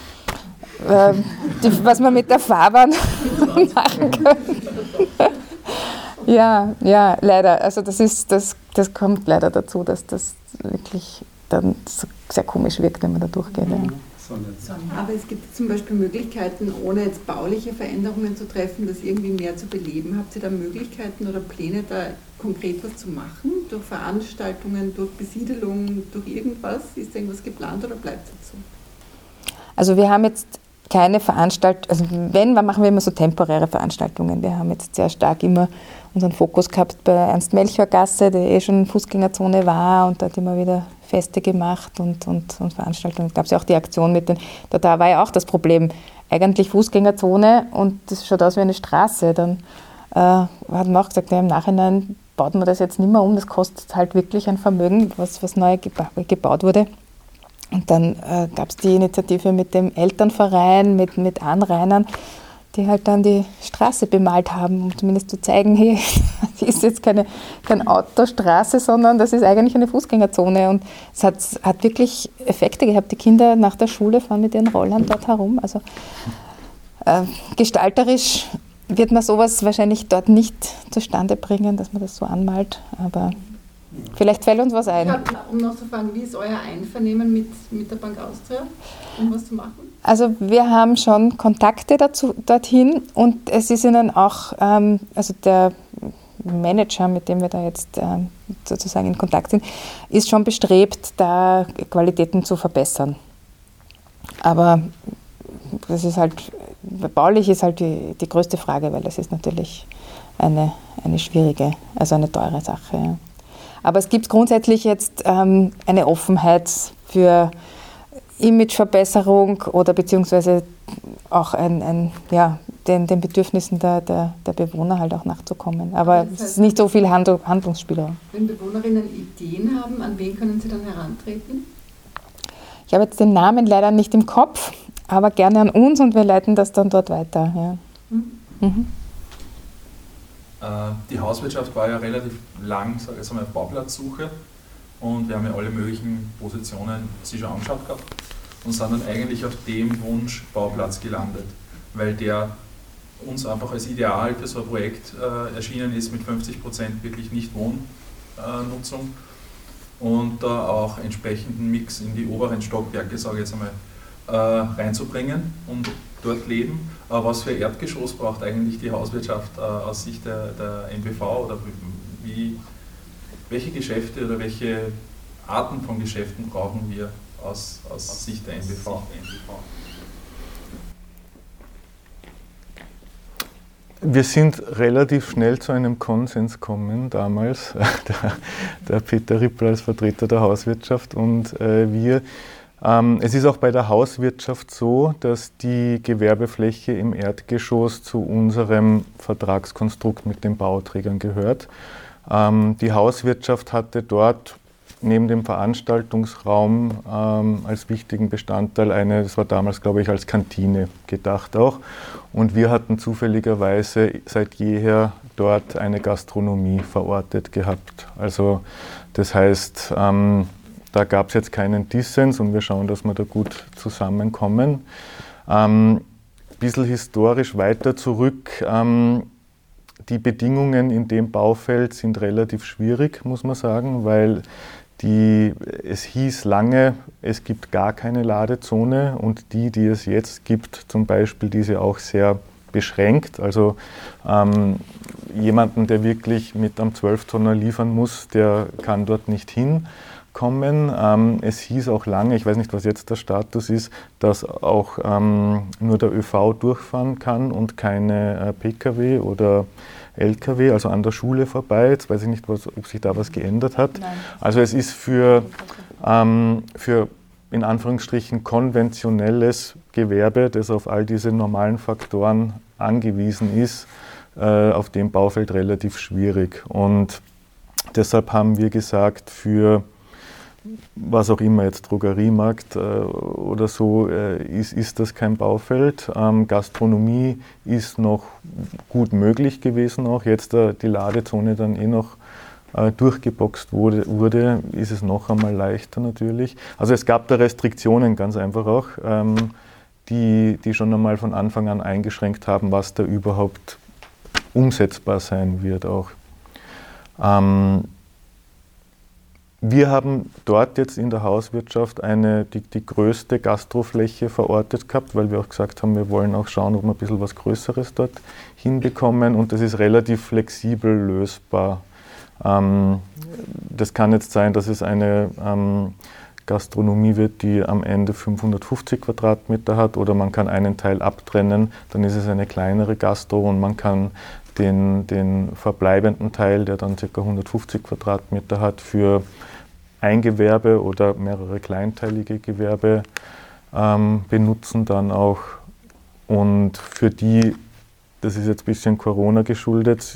S2: was man mit der Fahrbahn machen kann. Ja, leider. Also das kommt leider dazu, dass das wirklich dann so sehr komisch wirkt, wenn man da durchgeht. Ja.
S9: Aber es gibt zum Beispiel Möglichkeiten, ohne jetzt bauliche Veränderungen zu treffen, das irgendwie mehr zu beleben. Habt ihr da Möglichkeiten oder Pläne, da konkret was zu machen? Durch Veranstaltungen, durch Besiedelung, durch irgendwas? Ist da irgendwas geplant oder bleibt es so?
S2: Also wir haben jetzt keine Veranstaltung, also wenn, dann machen wir immer so temporäre Veranstaltungen. Wir haben jetzt sehr stark immer unseren Fokus gehabt bei Ernst-Melchior-Gasse, der schon Fußgängerzone war und da hat immer wieder Feste gemacht und Veranstaltungen. Es gab ja auch die Aktion da war ja auch das Problem, eigentlich Fußgängerzone und das schaut aus wie eine Straße. Dann hat man auch gesagt, im Nachhinein baut man das jetzt nicht mehr um, das kostet halt wirklich ein Vermögen, was neu gebaut wurde. Und dann gab es die Initiative mit dem Elternverein, mit Anrainern, die halt dann die Straße bemalt haben, um zumindest zu zeigen, hey, die ist jetzt keine Autostraße, sondern das ist eigentlich eine Fußgängerzone. Und es hat wirklich Effekte gehabt. Die Kinder nach der Schule fahren mit ihren Rollern dort herum. Also gestalterisch wird man sowas wahrscheinlich dort nicht zustande bringen, dass man das so anmalt, aber vielleicht fällt uns was ein.
S9: Ja, um noch zu fragen, wie ist euer Einvernehmen mit der Bank Austria, um was zu machen?
S2: Also wir haben schon Kontakte dorthin und es ist ihnen auch, also der Manager, mit dem wir da jetzt sozusagen in Kontakt sind, ist schon bestrebt, da Qualitäten zu verbessern. Aber das ist halt, baulich ist halt die größte Frage, weil das ist natürlich eine schwierige, also eine teure Sache. Ja. Aber es gibt grundsätzlich jetzt eine Offenheit für Imageverbesserung oder beziehungsweise auch den Bedürfnissen der Bewohner halt auch nachzukommen. Aber es ist nicht so viel Handlungsspielraum.
S9: Wenn Bewohnerinnen Ideen haben, an wen können sie dann herantreten?
S2: Ich habe jetzt den Namen leider nicht im Kopf, aber gerne an uns und wir leiten das dann dort weiter. Ja. Mhm.
S7: Die Hauswirtschaft war ja relativ lang, sage ich jetzt einmal, auf Bauplatzsuche und wir haben ja alle möglichen Positionen sich schon angeschaut gehabt und sind dann eigentlich auf dem Wunsch Bauplatz gelandet, weil der uns einfach als Ideal für so ein Projekt erschienen ist mit 50% wirklich Nicht-Wohnnutzung und da auch entsprechenden Mix in die oberen Stockwerke, sage ich jetzt einmal, reinzubringen und dort leben. Aber was für Erdgeschoss braucht eigentlich die Hauswirtschaft aus Sicht der NBV oder welche Geschäfte oder welche Arten von Geschäften brauchen wir aus Sicht der NBV?
S3: Wir sind relativ schnell zu einem Konsens gekommen damals, der Peter Rippel als Vertreter der Hauswirtschaft und wir. Es ist auch bei der Hauswirtschaft so, dass die Gewerbefläche im Erdgeschoss zu unserem Vertragskonstrukt mit den Bauträgern gehört. Die Hauswirtschaft hatte dort neben dem Veranstaltungsraum als wichtigen Bestandteil das war damals, glaube ich, als Kantine gedacht auch. Und wir hatten zufälligerweise seit jeher dort eine Gastronomie verortet gehabt. Also das heißt, da gab es jetzt keinen Dissens und wir schauen, dass wir da gut zusammenkommen. Bisschen historisch weiter zurück. Die Bedingungen in dem Baufeld sind relativ schwierig, muss man sagen, weil es hieß lange, es gibt gar keine Ladezone und die es jetzt gibt, zum Beispiel, diese auch sehr beschränkt. Also jemanden, der wirklich mit einem 12-Tonner liefern muss, der kann dort nicht hinkommen. Es hieß auch lange, ich weiß nicht, was jetzt der Status ist, dass auch nur der ÖV durchfahren kann und keine Pkw oder LKW, also an der Schule vorbei. Jetzt weiß ich nicht, ob sich da was geändert hat.
S2: Nein.
S3: Also es ist für in Anführungsstrichen konventionelles Gewerbe, das auf all diese normalen Faktoren angewiesen ist, auf dem Baufeld relativ schwierig. Und deshalb haben wir gesagt, für was auch immer, jetzt Drogeriemarkt oder so, ist das kein Baufeld. Gastronomie ist noch gut möglich gewesen auch. Jetzt die Ladezone dann noch durchgeboxt wurde, ist es noch einmal leichter natürlich. Also es gab da Restriktionen ganz einfach auch, die schon einmal von Anfang an eingeschränkt haben, was da überhaupt umsetzbar sein wird auch. Wir haben dort jetzt in der Hauswirtschaft die größte Gastrofläche verortet gehabt, weil wir auch gesagt haben, wir wollen auch schauen, ob wir ein bisschen was Größeres dort hinbekommen, und das ist relativ flexibel lösbar. Das kann jetzt sein, dass es eine Gastronomie wird, die am Ende 550 Quadratmeter hat, oder man kann einen Teil abtrennen, dann ist es eine kleinere Gastro, und man kann den verbleibenden Teil, der dann ca. 150 Quadratmeter hat, für ein Gewerbe oder mehrere kleinteilige Gewerbe benutzen dann auch. Und für die, das ist jetzt ein bisschen Corona geschuldet,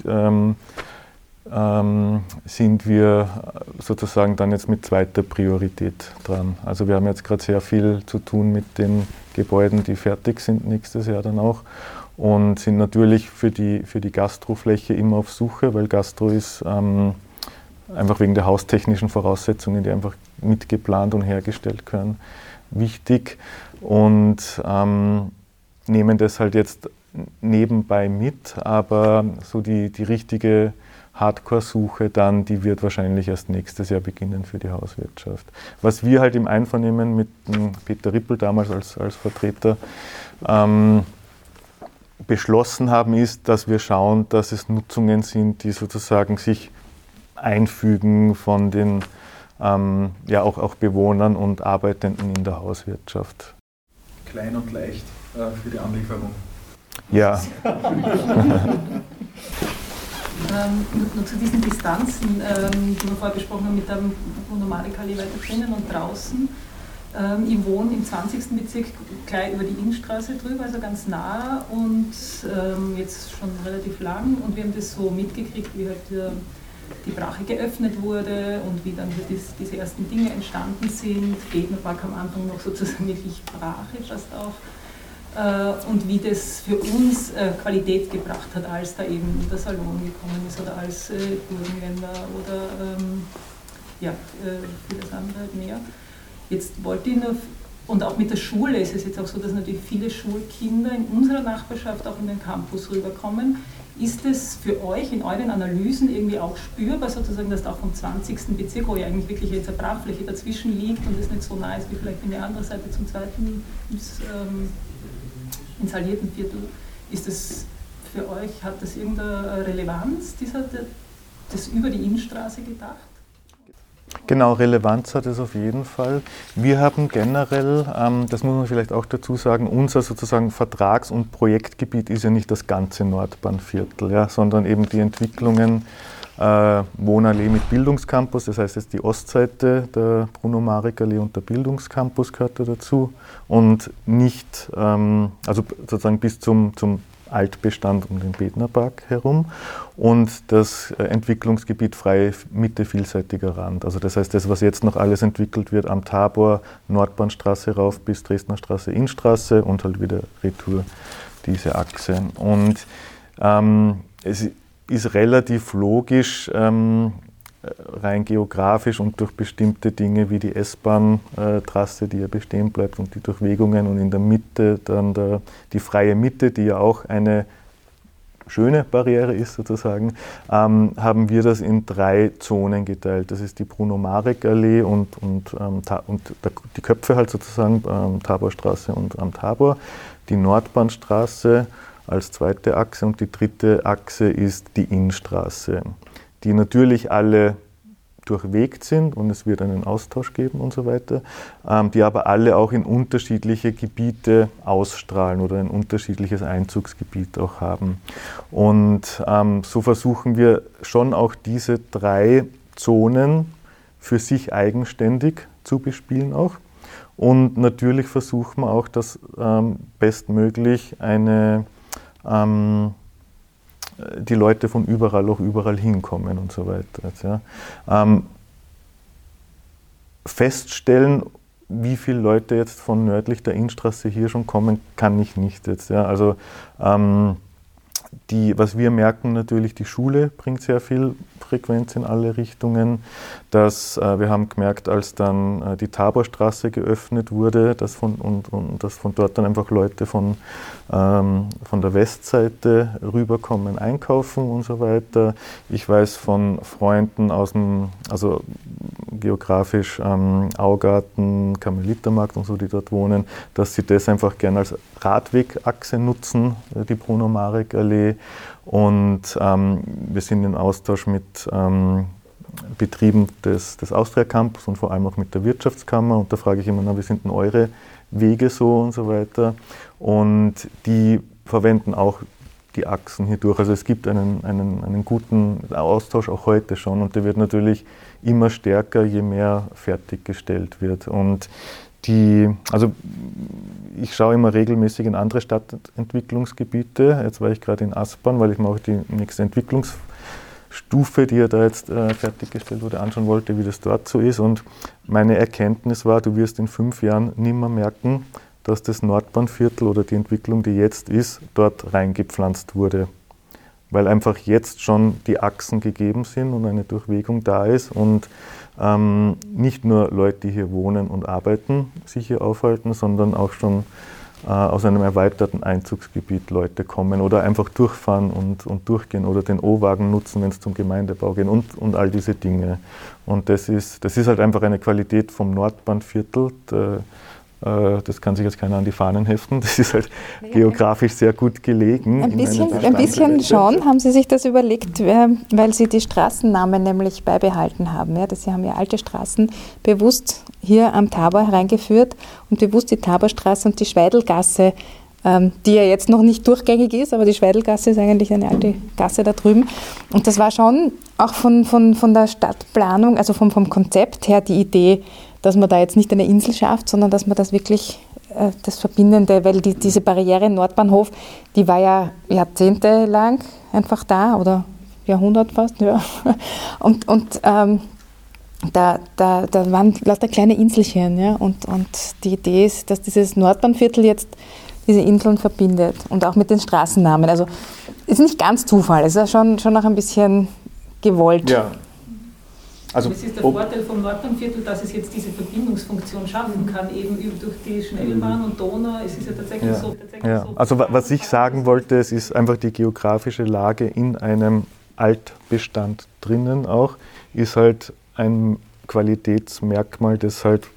S3: sind wir sozusagen dann jetzt mit zweiter Priorität dran. Also wir haben jetzt gerade sehr viel zu tun mit den Gebäuden, die fertig sind nächstes Jahr dann auch, und sind natürlich für die Gastrofläche immer auf Suche, weil Gastro ist einfach wegen der haustechnischen Voraussetzungen, die einfach mitgeplant und hergestellt gehören, wichtig, und nehmen das halt jetzt nebenbei mit, aber so die richtige Hardcore-Suche dann, die wird wahrscheinlich erst nächstes Jahr beginnen für die Hauswirtschaft. Was wir halt im Einvernehmen mit Peter Rippel damals als Vertreter beschlossen haben, ist, dass wir schauen, dass es Nutzungen sind, die sozusagen sich einfügen von den auch Bewohnern und Arbeitenden in der Hauswirtschaft.
S7: Klein und leicht für die Anlieferung.
S3: Ja.
S6: Nur zu diesen Distanzen, die wir vorher besprochen haben, mit dem Bruno-Marek-Allee weiter drinnen und draußen. Ich wohne im 20. Bezirk gleich über die Innenstraße drüber, also ganz nah, und jetzt schon relativ lang. Und wir haben das so mitgekriegt, wie halt die Brache geöffnet wurde und wie dann diese ersten Dinge entstanden sind. Rednerpark am Anfang noch sozusagen wirklich Brache fast auch. Und wie das für uns Qualität gebracht hat, als da eben der Salon gekommen ist oder als Burgenländer oder vieles andere mehr. Jetzt wollte ich nur, und auch mit der Schule ist es jetzt auch so, dass natürlich viele Schulkinder in unserer Nachbarschaft auch in den Campus rüberkommen. Ist es für euch in euren Analysen irgendwie auch spürbar, sozusagen, dass auch vom 20. Bezirk, wo ja eigentlich wirklich jetzt eine Brachfläche dazwischen liegt und es nicht so nah ist wie vielleicht in der anderen Seite zum zweiten ins Alliierten Viertel, ist das für euch, hat das irgendeine Relevanz, das über die Innenstraße gedacht?
S3: Genau, Relevanz hat es auf jeden Fall. Wir haben generell, das muss man vielleicht auch dazu sagen, unser sozusagen Vertrags- und Projektgebiet ist ja nicht das ganze Nordbahnviertel, ja, sondern eben die Entwicklungen Wohnallee mit Bildungscampus, das heißt jetzt die Ostseite, der Bruno-Marek-Allee und der Bildungscampus gehört da dazu, und nicht, also sozusagen bis zum Altbestand um den Bednerpark herum, und das Entwicklungsgebiet Freie Mitte vielseitiger Rand. Also das heißt, das, was jetzt noch alles entwickelt wird am Tabor, Nordbahnstraße rauf bis Dresdner Straße, Innstraße und halt wieder Retour, diese Achse. Und es ist relativ logisch, rein geografisch und durch bestimmte Dinge wie die S-Bahn-Trasse, die ja bestehen bleibt, und die Durchwegungen, und in der Mitte dann die freie Mitte, die ja auch eine schöne Barriere ist sozusagen, haben wir das in 3 Zonen geteilt. Das ist die Bruno-Marek-Allee und die Köpfe halt sozusagen, Taborstraße und am Tabor, die Nordbahnstraße als zweite Achse, und die dritte Achse ist die Innenstraße, die natürlich alle durchwegt sind und es wird einen Austausch geben und so weiter, die aber alle auch in unterschiedliche Gebiete ausstrahlen oder ein unterschiedliches Einzugsgebiet auch haben. Und so versuchen wir schon auch diese 3 Zonen für sich eigenständig zu bespielen auch. Und natürlich versuchen wir auch, dass bestmöglich die Leute von überall hinkommen und so weiter. Jetzt, ja. Feststellen, wie viele Leute jetzt von nördlich der Innstraße hier schon kommen, kann ich nicht jetzt. Ja. Also was wir merken natürlich, die Schule bringt sehr viel Frequenz in alle Richtungen. Wir haben gemerkt, als dann die Taborstraße geöffnet wurde, dass von dort dann einfach Leute von der Westseite rüberkommen, einkaufen und so weiter. Ich weiß von Freunden also geografisch Augarten, Karmelitermarkt und so, die dort wohnen, dass sie das einfach gerne als Radwegachse nutzen, die Bruno-Marek-Allee. Und wir sind in Austausch mit Betrieben des Austria Campus und vor allem auch mit der Wirtschaftskammer. Und da frage ich immer, wie sind denn eure Wege so und so weiter. Und die verwenden auch die Achsen hier durch. Also es gibt einen guten Austausch auch heute schon und der wird natürlich immer stärker, je mehr fertiggestellt wird. Und ich schaue immer regelmäßig in andere Stadtentwicklungsgebiete. Jetzt war ich gerade in Aspern, weil ich mir auch die nächste Entwicklungsstufe, die ja da jetzt fertiggestellt wurde, anschauen wollte, wie das dort so ist. Und meine Erkenntnis war, du wirst in 5 Jahren nimmer merken, dass das Nordbahnviertel oder die Entwicklung, die jetzt ist, dort reingepflanzt wurde. Weil einfach jetzt schon die Achsen gegeben sind und eine Durchwegung da ist und nicht nur Leute, die hier wohnen und arbeiten, sich hier aufhalten, sondern auch schon aus einem erweiterten Einzugsgebiet Leute kommen oder einfach durchfahren und durchgehen oder den O-Wagen nutzen, wenn es zum Gemeindebau geht und all diese Dinge. Und das ist halt einfach eine Qualität vom Nordbahnviertel. Das kann sich jetzt keiner an die Fahnen heften. Das ist halt geografisch sehr gut gelegen.
S2: Ein bisschen schon haben Sie sich das überlegt, weil Sie die Straßennamen nämlich beibehalten haben. Ja? Sie haben ja alte Straßen bewusst hier am Tabor hereingeführt und bewusst die Taborstraße und die Schweidelgasse, die ja jetzt noch nicht durchgängig ist, aber die Schweidelgasse ist eigentlich eine alte Gasse da drüben. Und das war schon auch von der Stadtplanung, also vom Konzept her die Idee, dass man da jetzt nicht eine Insel schafft, sondern dass man das wirklich, das Verbindende, weil diese Barriere im Nordbahnhof, die war ja jahrzehntelang einfach da oder Jahrhundert fast, ja. Und da waren lauter kleine Inselchen, ja. Und die Idee ist, dass dieses Nordbahnviertel jetzt diese Inseln verbindet und auch mit den Straßennamen. Also ist nicht ganz Zufall, es ist schon auch ein bisschen gewollt.
S3: Ja. Also,
S6: das ist der Vorteil vom Nordbahnviertel, dass es jetzt diese Verbindungsfunktion schaffen kann, eben durch die Schnellbahn und Donau. Es ist ja tatsächlich so.
S3: Also was ich sagen wollte, es ist einfach die geografische Lage in einem Altbestand drinnen auch, ist halt ein Qualitätsmerkmal, das halt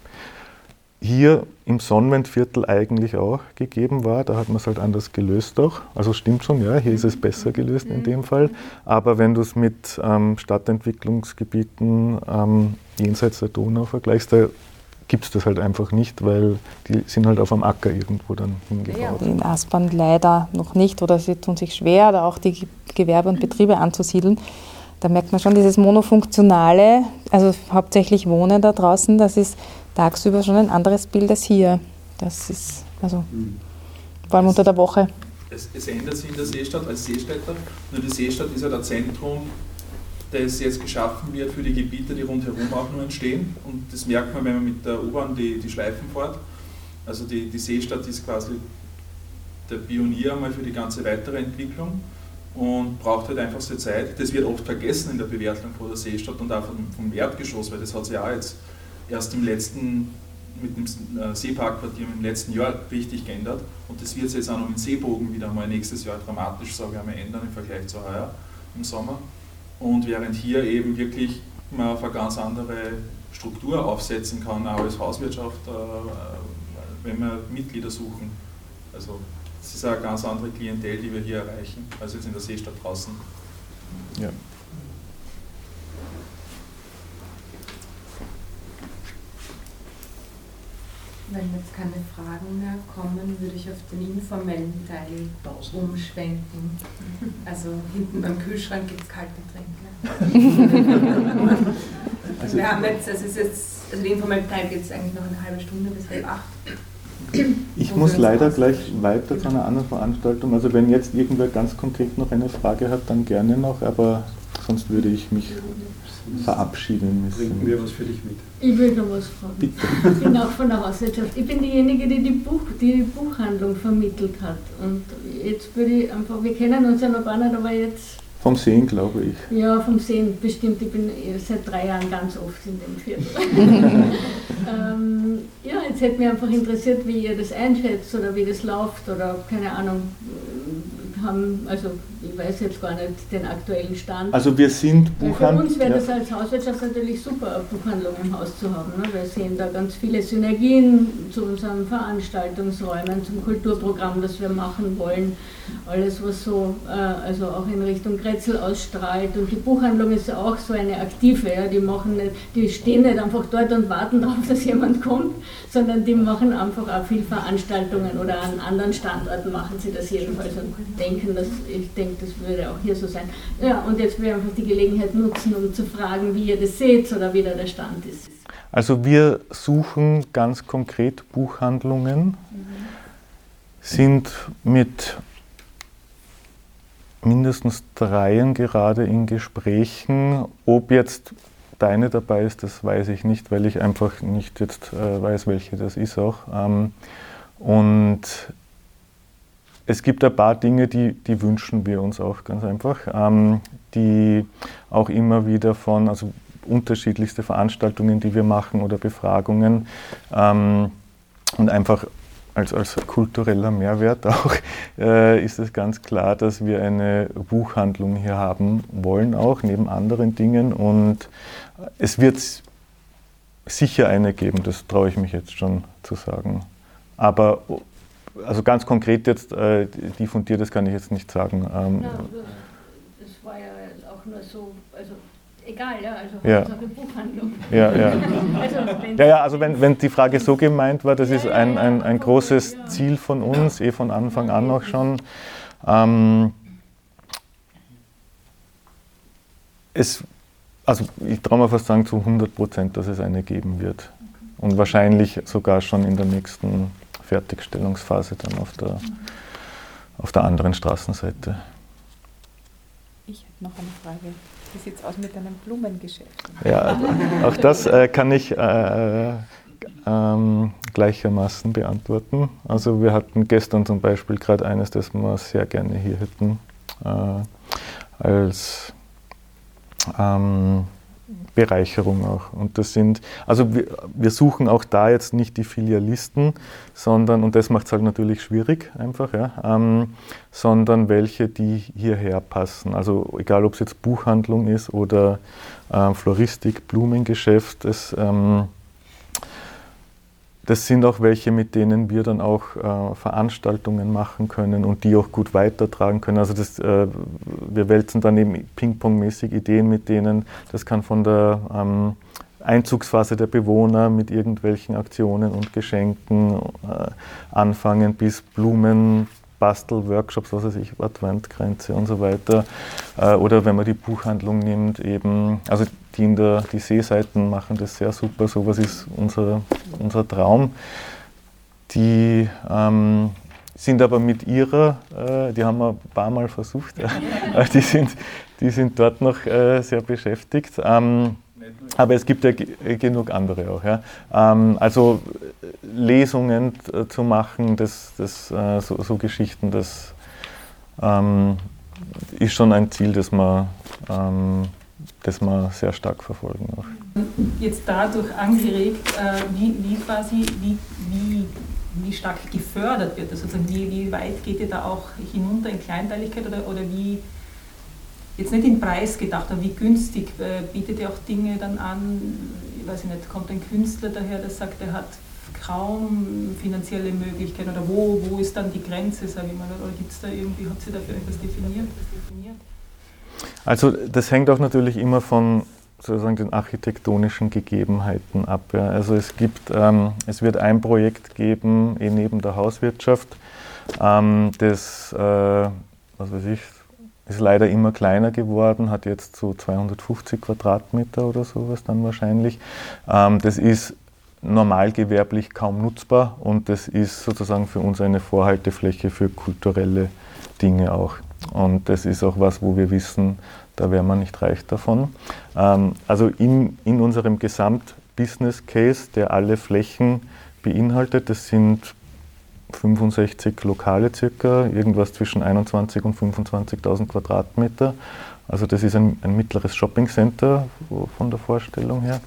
S3: hier im Sonnenwendviertel eigentlich auch gegeben war. Da hat man es halt anders gelöst auch. Also stimmt schon, ja, hier ist es besser gelöst in dem Fall. Aber wenn du es mit Stadtentwicklungsgebieten jenseits der Donau vergleichst, da gibt es das halt einfach nicht, weil die sind halt auf einem Acker irgendwo dann hingebaut.
S2: In Aspern leider noch nicht oder sie tun sich schwer, da auch die Gewerbe und Betriebe anzusiedeln. Da merkt man schon dieses Monofunktionale, also hauptsächlich Wohnen da draußen, das ist tagsüber schon ein anderes Bild als hier. Das ist, also vor allem unter der Woche.
S7: Es ändert sich in der Seestadt als Seestädter, nur die Seestadt ist ja das Zentrum, das jetzt geschaffen wird für die Gebiete, die rundherum auch nur entstehen. Und das merkt man, wenn man mit der U-Bahn die Schleifen fährt. Also die Seestadt ist quasi der Pionier einmal für die ganze weitere Entwicklung und braucht halt einfach so Zeit. Das wird oft vergessen in der Bewertung von der Seestadt und auch vom Erdgeschoss, weil das hat sich ja auch jetzt erst mit dem Seeparkquartier im letzten Jahr richtig geändert und das wird sich jetzt auch noch mit Seebogen wieder mal nächstes Jahr dramatisch, sage ich einmal, ändern im Vergleich zu heuer im Sommer. Und während hier eben wirklich man auf eine ganz andere Struktur aufsetzen kann, auch als Hauswirtschaft, wenn wir Mitglieder suchen. Also es ist eine ganz andere Klientel, die wir hier erreichen, als jetzt in der Seestadt draußen.
S3: Ja.
S6: Wenn jetzt keine Fragen mehr kommen, würde ich auf den informellen Teil umschwenken. Also hinten beim Kühlschrank gibt es kalte Getränke. Also wir haben jetzt, also den informellen Teil geht es eigentlich noch eine halbe Stunde bis 7:30.
S3: Ich muss leider gleich weiter zu einer anderen Veranstaltung. Also wenn jetzt irgendwer ganz konkret noch eine Frage hat, dann gerne noch, aber sonst würde ich mich verabschieden müssen.
S5: Bringen wir was für dich mit?
S10: Ich will noch was fragen.
S3: Bitte.
S10: Ich bin auch von der Hauswirtschaft. Ich bin diejenige, die Buchhandlung vermittelt hat. Und jetzt würde ich einfach, wir kennen uns ja noch gar nicht, aber jetzt...
S3: Vom Sehen, glaube ich.
S10: Ja, vom Sehen bestimmt. Ich bin seit 3 Jahren ganz oft in dem Viertel. Ja, jetzt hätte mich einfach interessiert, wie ihr das einschätzt oder wie das läuft oder keine Ahnung. Also ich weiß jetzt gar nicht den aktuellen Stand.
S3: Also wir sind
S10: Buchhandlung. Für uns wäre das als Hauswirtschaft natürlich super, eine Buchhandlung im Haus zu haben. Ne? Wir sehen da ganz viele Synergien zu unseren Veranstaltungsräumen, zum Kulturprogramm, das wir machen wollen. Alles, was so also auch in Richtung Grätzl ausstrahlt. Und die Buchhandlung ist ja auch so eine aktive. Ja? Die stehen nicht einfach dort und warten darauf, dass jemand kommt, sondern die machen einfach auch viel Veranstaltungen oder an anderen Standorten machen sie das jedenfalls und ich denke, das würde auch hier so sein. Ja, und jetzt will ich einfach die Gelegenheit nutzen, um zu fragen, wie ihr das seht oder wie da der Stand ist.
S3: Also wir suchen ganz konkret Buchhandlungen, sind mit mindestens 3 gerade in Gesprächen. Ob jetzt deine dabei ist, das weiß ich nicht, weil ich einfach nicht jetzt weiß, welche das ist auch. Und es gibt ein paar Dinge, die wünschen wir uns auch ganz einfach, die auch immer wieder von, also unterschiedlichste Veranstaltungen, die wir machen oder Befragungen und einfach als kultureller Mehrwert auch ist es ganz klar, dass wir eine Buchhandlung hier haben wollen, auch neben anderen Dingen, und es wird sicher eine geben, das traue ich mich jetzt schon zu sagen. Aber also ganz konkret jetzt, die von dir, das kann ich jetzt nicht sagen.
S10: Das war ja auch nur so, also egal, ja, also
S3: ja.
S10: Hauptsache Buchhandlung.
S3: Ja, also wenn die Frage so gemeint war, das ist ein großes Ziel von uns, von Anfang an auch schon. Also ich traue mir fast sagen zu 100%, dass es eine geben wird. Und wahrscheinlich sogar schon in der nächsten Fertigstellungsphase dann auf der anderen Straßenseite.
S2: Ich habe noch eine Frage. Wie sieht es aus mit einem Blumengeschäft?
S3: Ja, auch das kann ich gleichermaßen beantworten. Also wir hatten gestern zum Beispiel gerade eines, das wir sehr gerne hier hätten, als Bereicherung auch. Und das sind, also wir suchen auch da jetzt nicht die Filialisten, sondern, und das macht es halt natürlich schwierig einfach, ja, sondern welche, die hierher passen. Also egal, ob es jetzt Buchhandlung ist oder Floristik, Blumengeschäft, das sind auch welche, mit denen wir dann auch Veranstaltungen machen können und die auch gut weitertragen können. Also wir wälzen dann eben Ping-Pong-mäßig Ideen mit denen. Das kann von der Einzugsphase der Bewohner mit irgendwelchen Aktionen und Geschenken anfangen bis Blumen, Bastel-Workshops, was weiß ich, Adventkränze und so weiter. Oder wenn man die Buchhandlung nimmt, eben, also die Seeseiten machen das sehr super, sowas ist unser Traum. Die sind aber mit ihrer, die haben wir ein paar Mal versucht, die sind dort noch sehr beschäftigt. Aber es gibt ja genug andere auch. Ja. Also Lesungen zu machen, so Geschichten, das ist schon ein Ziel, das wir sehr stark verfolgen. Auch.
S11: Jetzt dadurch angeregt, wie stark gefördert wird das? Also wie weit geht ihr da auch hinunter in Kleinteiligkeit oder wie, jetzt nicht in Preis gedacht, aber wie günstig bietet ihr auch Dinge dann an? Ich weiß nicht, kommt ein Künstler daher, der sagt, er hat kaum finanzielle Möglichkeiten oder wo ist dann die Grenze, sage ich mal, oder gibt es da irgendwie, habt ihr dafür etwas definiert?
S3: Also das hängt auch natürlich immer von sozusagen den architektonischen Gegebenheiten ab. Ja. Also es wird ein Projekt geben, neben der Hauswirtschaft, das, was weiß ich, ist leider immer kleiner geworden, hat jetzt so 250 Quadratmeter oder sowas dann wahrscheinlich. Das ist normal gewerblich kaum nutzbar und das ist sozusagen für uns eine Vorhaltefläche für kulturelle Dinge auch. Und das ist auch was, wo wir wissen, da wäre man nicht reich davon. Also in unserem Gesamt-Business Case, der alle Flächen beinhaltet, das sind 65 Lokale circa, irgendwas zwischen 21.000 und 25.000 Quadratmeter. Also das ist ein mittleres Shoppingcenter von der Vorstellung her.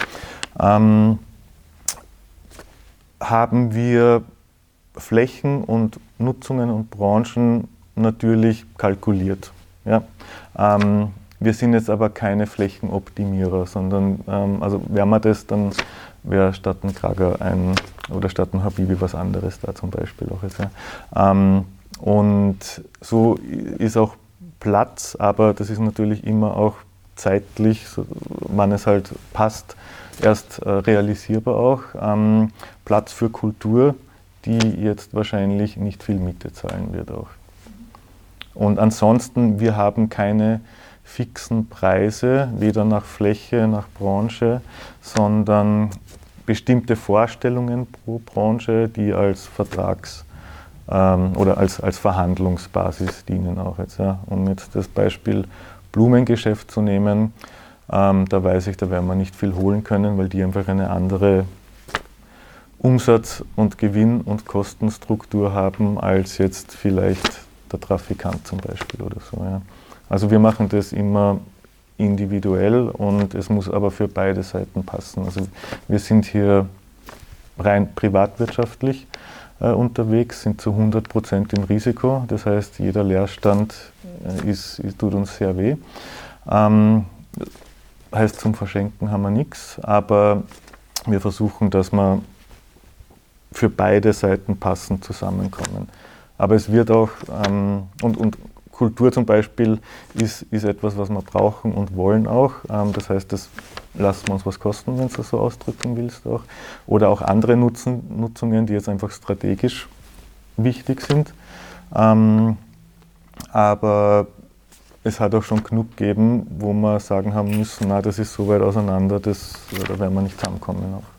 S3: Haben wir Flächen und Nutzungen und Branchen natürlich kalkuliert. Ja. Wir sind jetzt aber keine Flächenoptimierer, sondern also wären wir das, dann wäre statt ein Krager oder statt ein Habibi was anderes da zum Beispiel auch jetzt. Ja. Und so ist auch Platz, aber das ist natürlich immer auch zeitlich, wann es halt passt, erst realisierbar auch. Platz für Kultur, die jetzt wahrscheinlich nicht viel Miete zahlen wird auch. Und ansonsten, wir haben keine fixen Preise, weder nach Fläche, nach Branche, sondern bestimmte Vorstellungen pro Branche, die als oder als Verhandlungsbasis dienen auch jetzt. Ja. Um jetzt das Beispiel Blumengeschäft zu nehmen, da weiß ich, da werden wir nicht viel holen können, weil die einfach eine andere Umsatz- und Gewinn- und Kostenstruktur haben als jetzt vielleicht der Trafikant zum Beispiel oder so. Ja. Also wir machen das immer individuell und es muss aber für beide Seiten passen. Also wir sind hier rein privatwirtschaftlich unterwegs, sind zu 100% im Risiko. Das heißt, jeder Leerstand tut uns sehr weh. Heißt, zum Verschenken haben wir nichts, aber wir versuchen, dass wir für beide Seiten passend zusammenkommen. Aber es wird auch, und Kultur zum Beispiel ist etwas, was wir brauchen und wollen auch. Das heißt, das lassen wir uns was kosten, wenn du das so ausdrücken willst auch. Oder auch andere Nutzungen, die jetzt einfach strategisch wichtig sind. Aber es hat auch schon genug gegeben, wo wir sagen haben müssen, na, das ist so weit auseinander, da werden wir nicht zusammenkommen auch.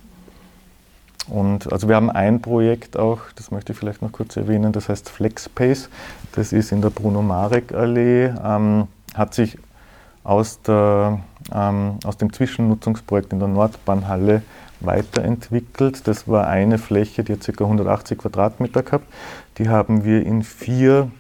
S3: Und also wir haben ein Projekt auch, das möchte ich vielleicht noch kurz erwähnen, das heißt Flexspace. Das ist in der Bruno-Marek-Allee, hat sich aus dem Zwischennutzungsprojekt in der Nordbahnhalle weiterentwickelt. Das war eine Fläche, die hat ca. 180 Quadratmeter gehabt. Die haben wir in 40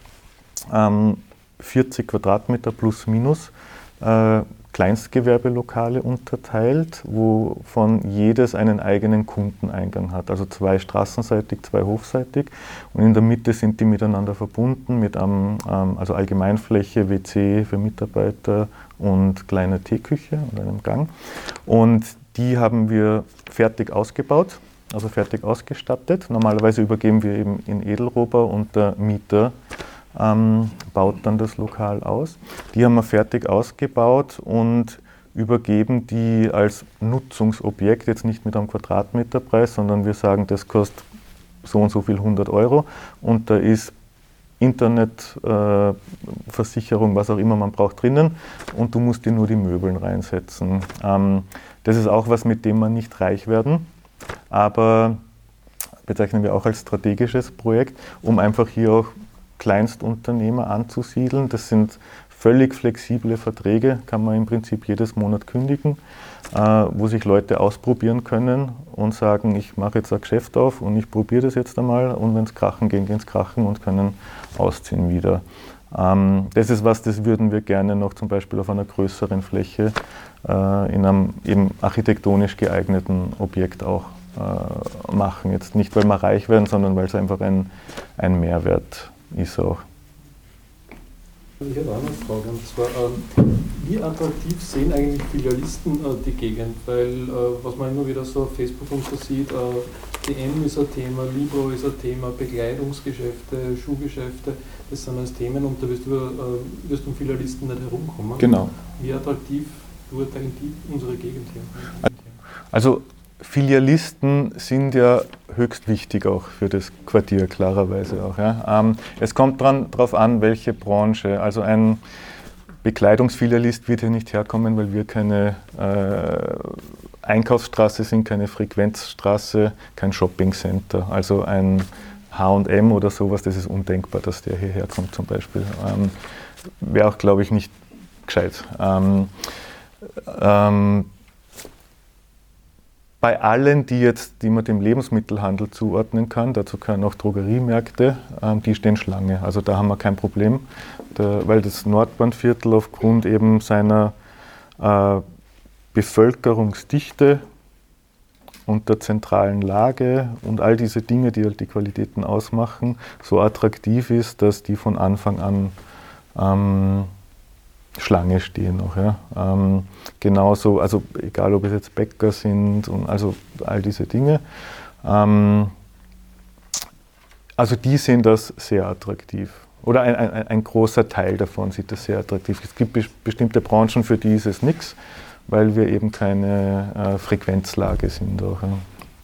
S3: Quadratmeter plus minus Kleinstgewerbelokale unterteilt, wovon jedes einen eigenen Kundeneingang hat. Also 2 straßenseitig, 2 hofseitig. Und in der Mitte sind die miteinander verbunden mit also Allgemeinfläche, WC für Mitarbeiter und kleine Teeküche und einem Gang. Und die haben wir fertig ausgebaut, also fertig ausgestattet. Normalerweise übergeben wir eben in Edelrober und der Mieter baut dann das Lokal aus. Die haben wir fertig ausgebaut und übergeben die als Nutzungsobjekt, jetzt nicht mit einem Quadratmeterpreis, sondern wir sagen, das kostet so und so viel 100 € und da ist Internet, Versicherung, was auch immer man braucht drinnen und du musst dir nur die Möbeln reinsetzen. Das ist auch was, mit dem wir nicht reich werden, aber bezeichnen wir auch als strategisches Projekt, um einfach hier auch Kleinstunternehmer anzusiedeln. Das sind völlig flexible Verträge, kann man im Prinzip jedes Monat kündigen, wo sich Leute ausprobieren können und sagen, ich mache jetzt ein Geschäft auf und ich probiere das jetzt einmal und wenn es krachen gehen es krachen und können ausziehen wieder. Das ist was, das würden wir gerne noch zum Beispiel auf einer größeren Fläche in einem eben architektonisch geeigneten Objekt auch machen. Jetzt nicht, weil wir reich werden, sondern weil es einfach ein Mehrwert ist auch.
S12: Ich habe auch eine Frage, und zwar, wie attraktiv sehen eigentlich Filialisten die Gegend? Weil, was man immer wieder so auf Facebook und so sieht, DM ist ein Thema, Libro ist ein Thema, Bekleidungsgeschäfte, Schuhgeschäfte, das sind alles Themen und da wirst du um Filialisten nicht herumkommen.
S3: Genau.
S12: Wie attraktiv beurteilen die unsere Gegend hier?
S3: Also Filialisten sind ja höchst wichtig auch für das Quartier, klarerweise auch. Ja. Es kommt darauf an, welche Branche. Also ein Bekleidungsfilialist wird hier nicht herkommen, weil wir keine Einkaufsstraße sind, keine Frequenzstraße, kein Shoppingcenter. Also ein H&M oder sowas, das ist undenkbar, dass der hierher kommt zum Beispiel. Wäre auch, glaube ich, nicht gescheit. Bei allen, die man dem Lebensmittelhandel zuordnen kann, dazu gehören auch Drogeriemärkte, die stehen Schlange. Also da haben wir kein Problem, weil das Nordbahnviertel aufgrund eben seiner Bevölkerungsdichte und der zentralen Lage und all diese Dinge, die halt die Qualitäten ausmachen, so attraktiv ist, dass die von Anfang an Schlange stehen auch. Ja. Genauso, also egal ob es jetzt Bäcker sind und also all diese Dinge. Also die sehen das sehr attraktiv. Oder ein großer Teil davon sieht das sehr attraktiv. Es gibt bestimmte Branchen, für die ist es nichts, weil wir eben keine Frequenzlage sind auch. Ja.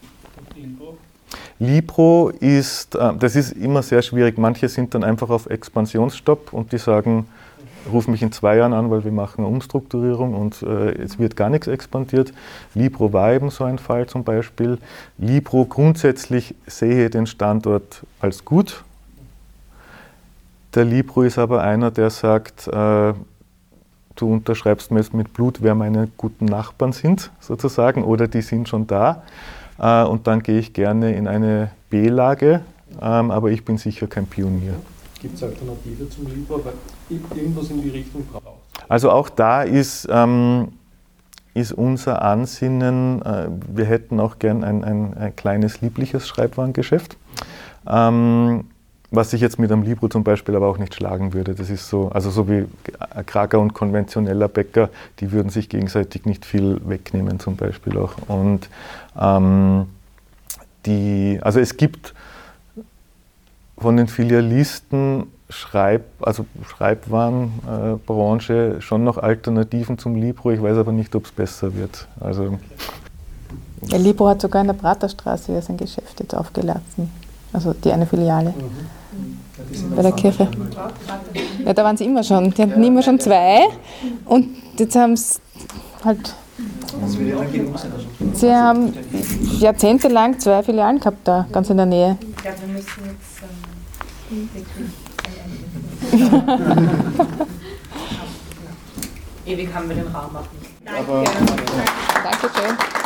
S3: Libro ist, das ist immer sehr schwierig. Manche sind dann einfach auf Expansionsstopp und die sagen, ruf mich in 2 Jahren an, weil wir machen eine Umstrukturierung und es wird gar nichts expandiert. Libro war eben so ein Fall zum Beispiel. Libro grundsätzlich sehe den Standort als gut. Der Libro ist aber einer, der sagt, du unterschreibst mir jetzt mit Blut, wer meine guten Nachbarn sind, sozusagen, oder die sind schon da. Und dann gehe ich gerne in eine B-Lage, aber ich bin sicher kein Pionier.
S12: Gibt es Alternative zum Libro? Weil irgendwas in die Richtung braucht. Also
S3: auch da ist unser Ansinnen, wir hätten auch gern ein kleines liebliches Schreibwarengeschäft, was sich jetzt mit einem Libro zum Beispiel aber auch nicht schlagen würde. Das ist so, also so wie ein Krager und konventioneller Bäcker, die würden sich gegenseitig nicht viel wegnehmen zum Beispiel auch. Und also es gibt von den Filialisten Schreibwarenbranche schon noch Alternativen zum Libro. Ich weiß aber nicht, ob es besser wird. Also
S2: der Libro hat sogar in der Praterstraße ja sein Geschäft jetzt aufgelassen. Also die eine Filiale. Bei der Kirche. Ja, da waren sie immer schon. Die hatten immer schon 2 und jetzt haben sie halt. Sie haben jahrzehntelang 2 Filialen gehabt da, ganz in der Nähe.
S6: Ich glaube, wir müssen jetzt ewig haben wir den Raum auch nicht.
S2: Danke schön.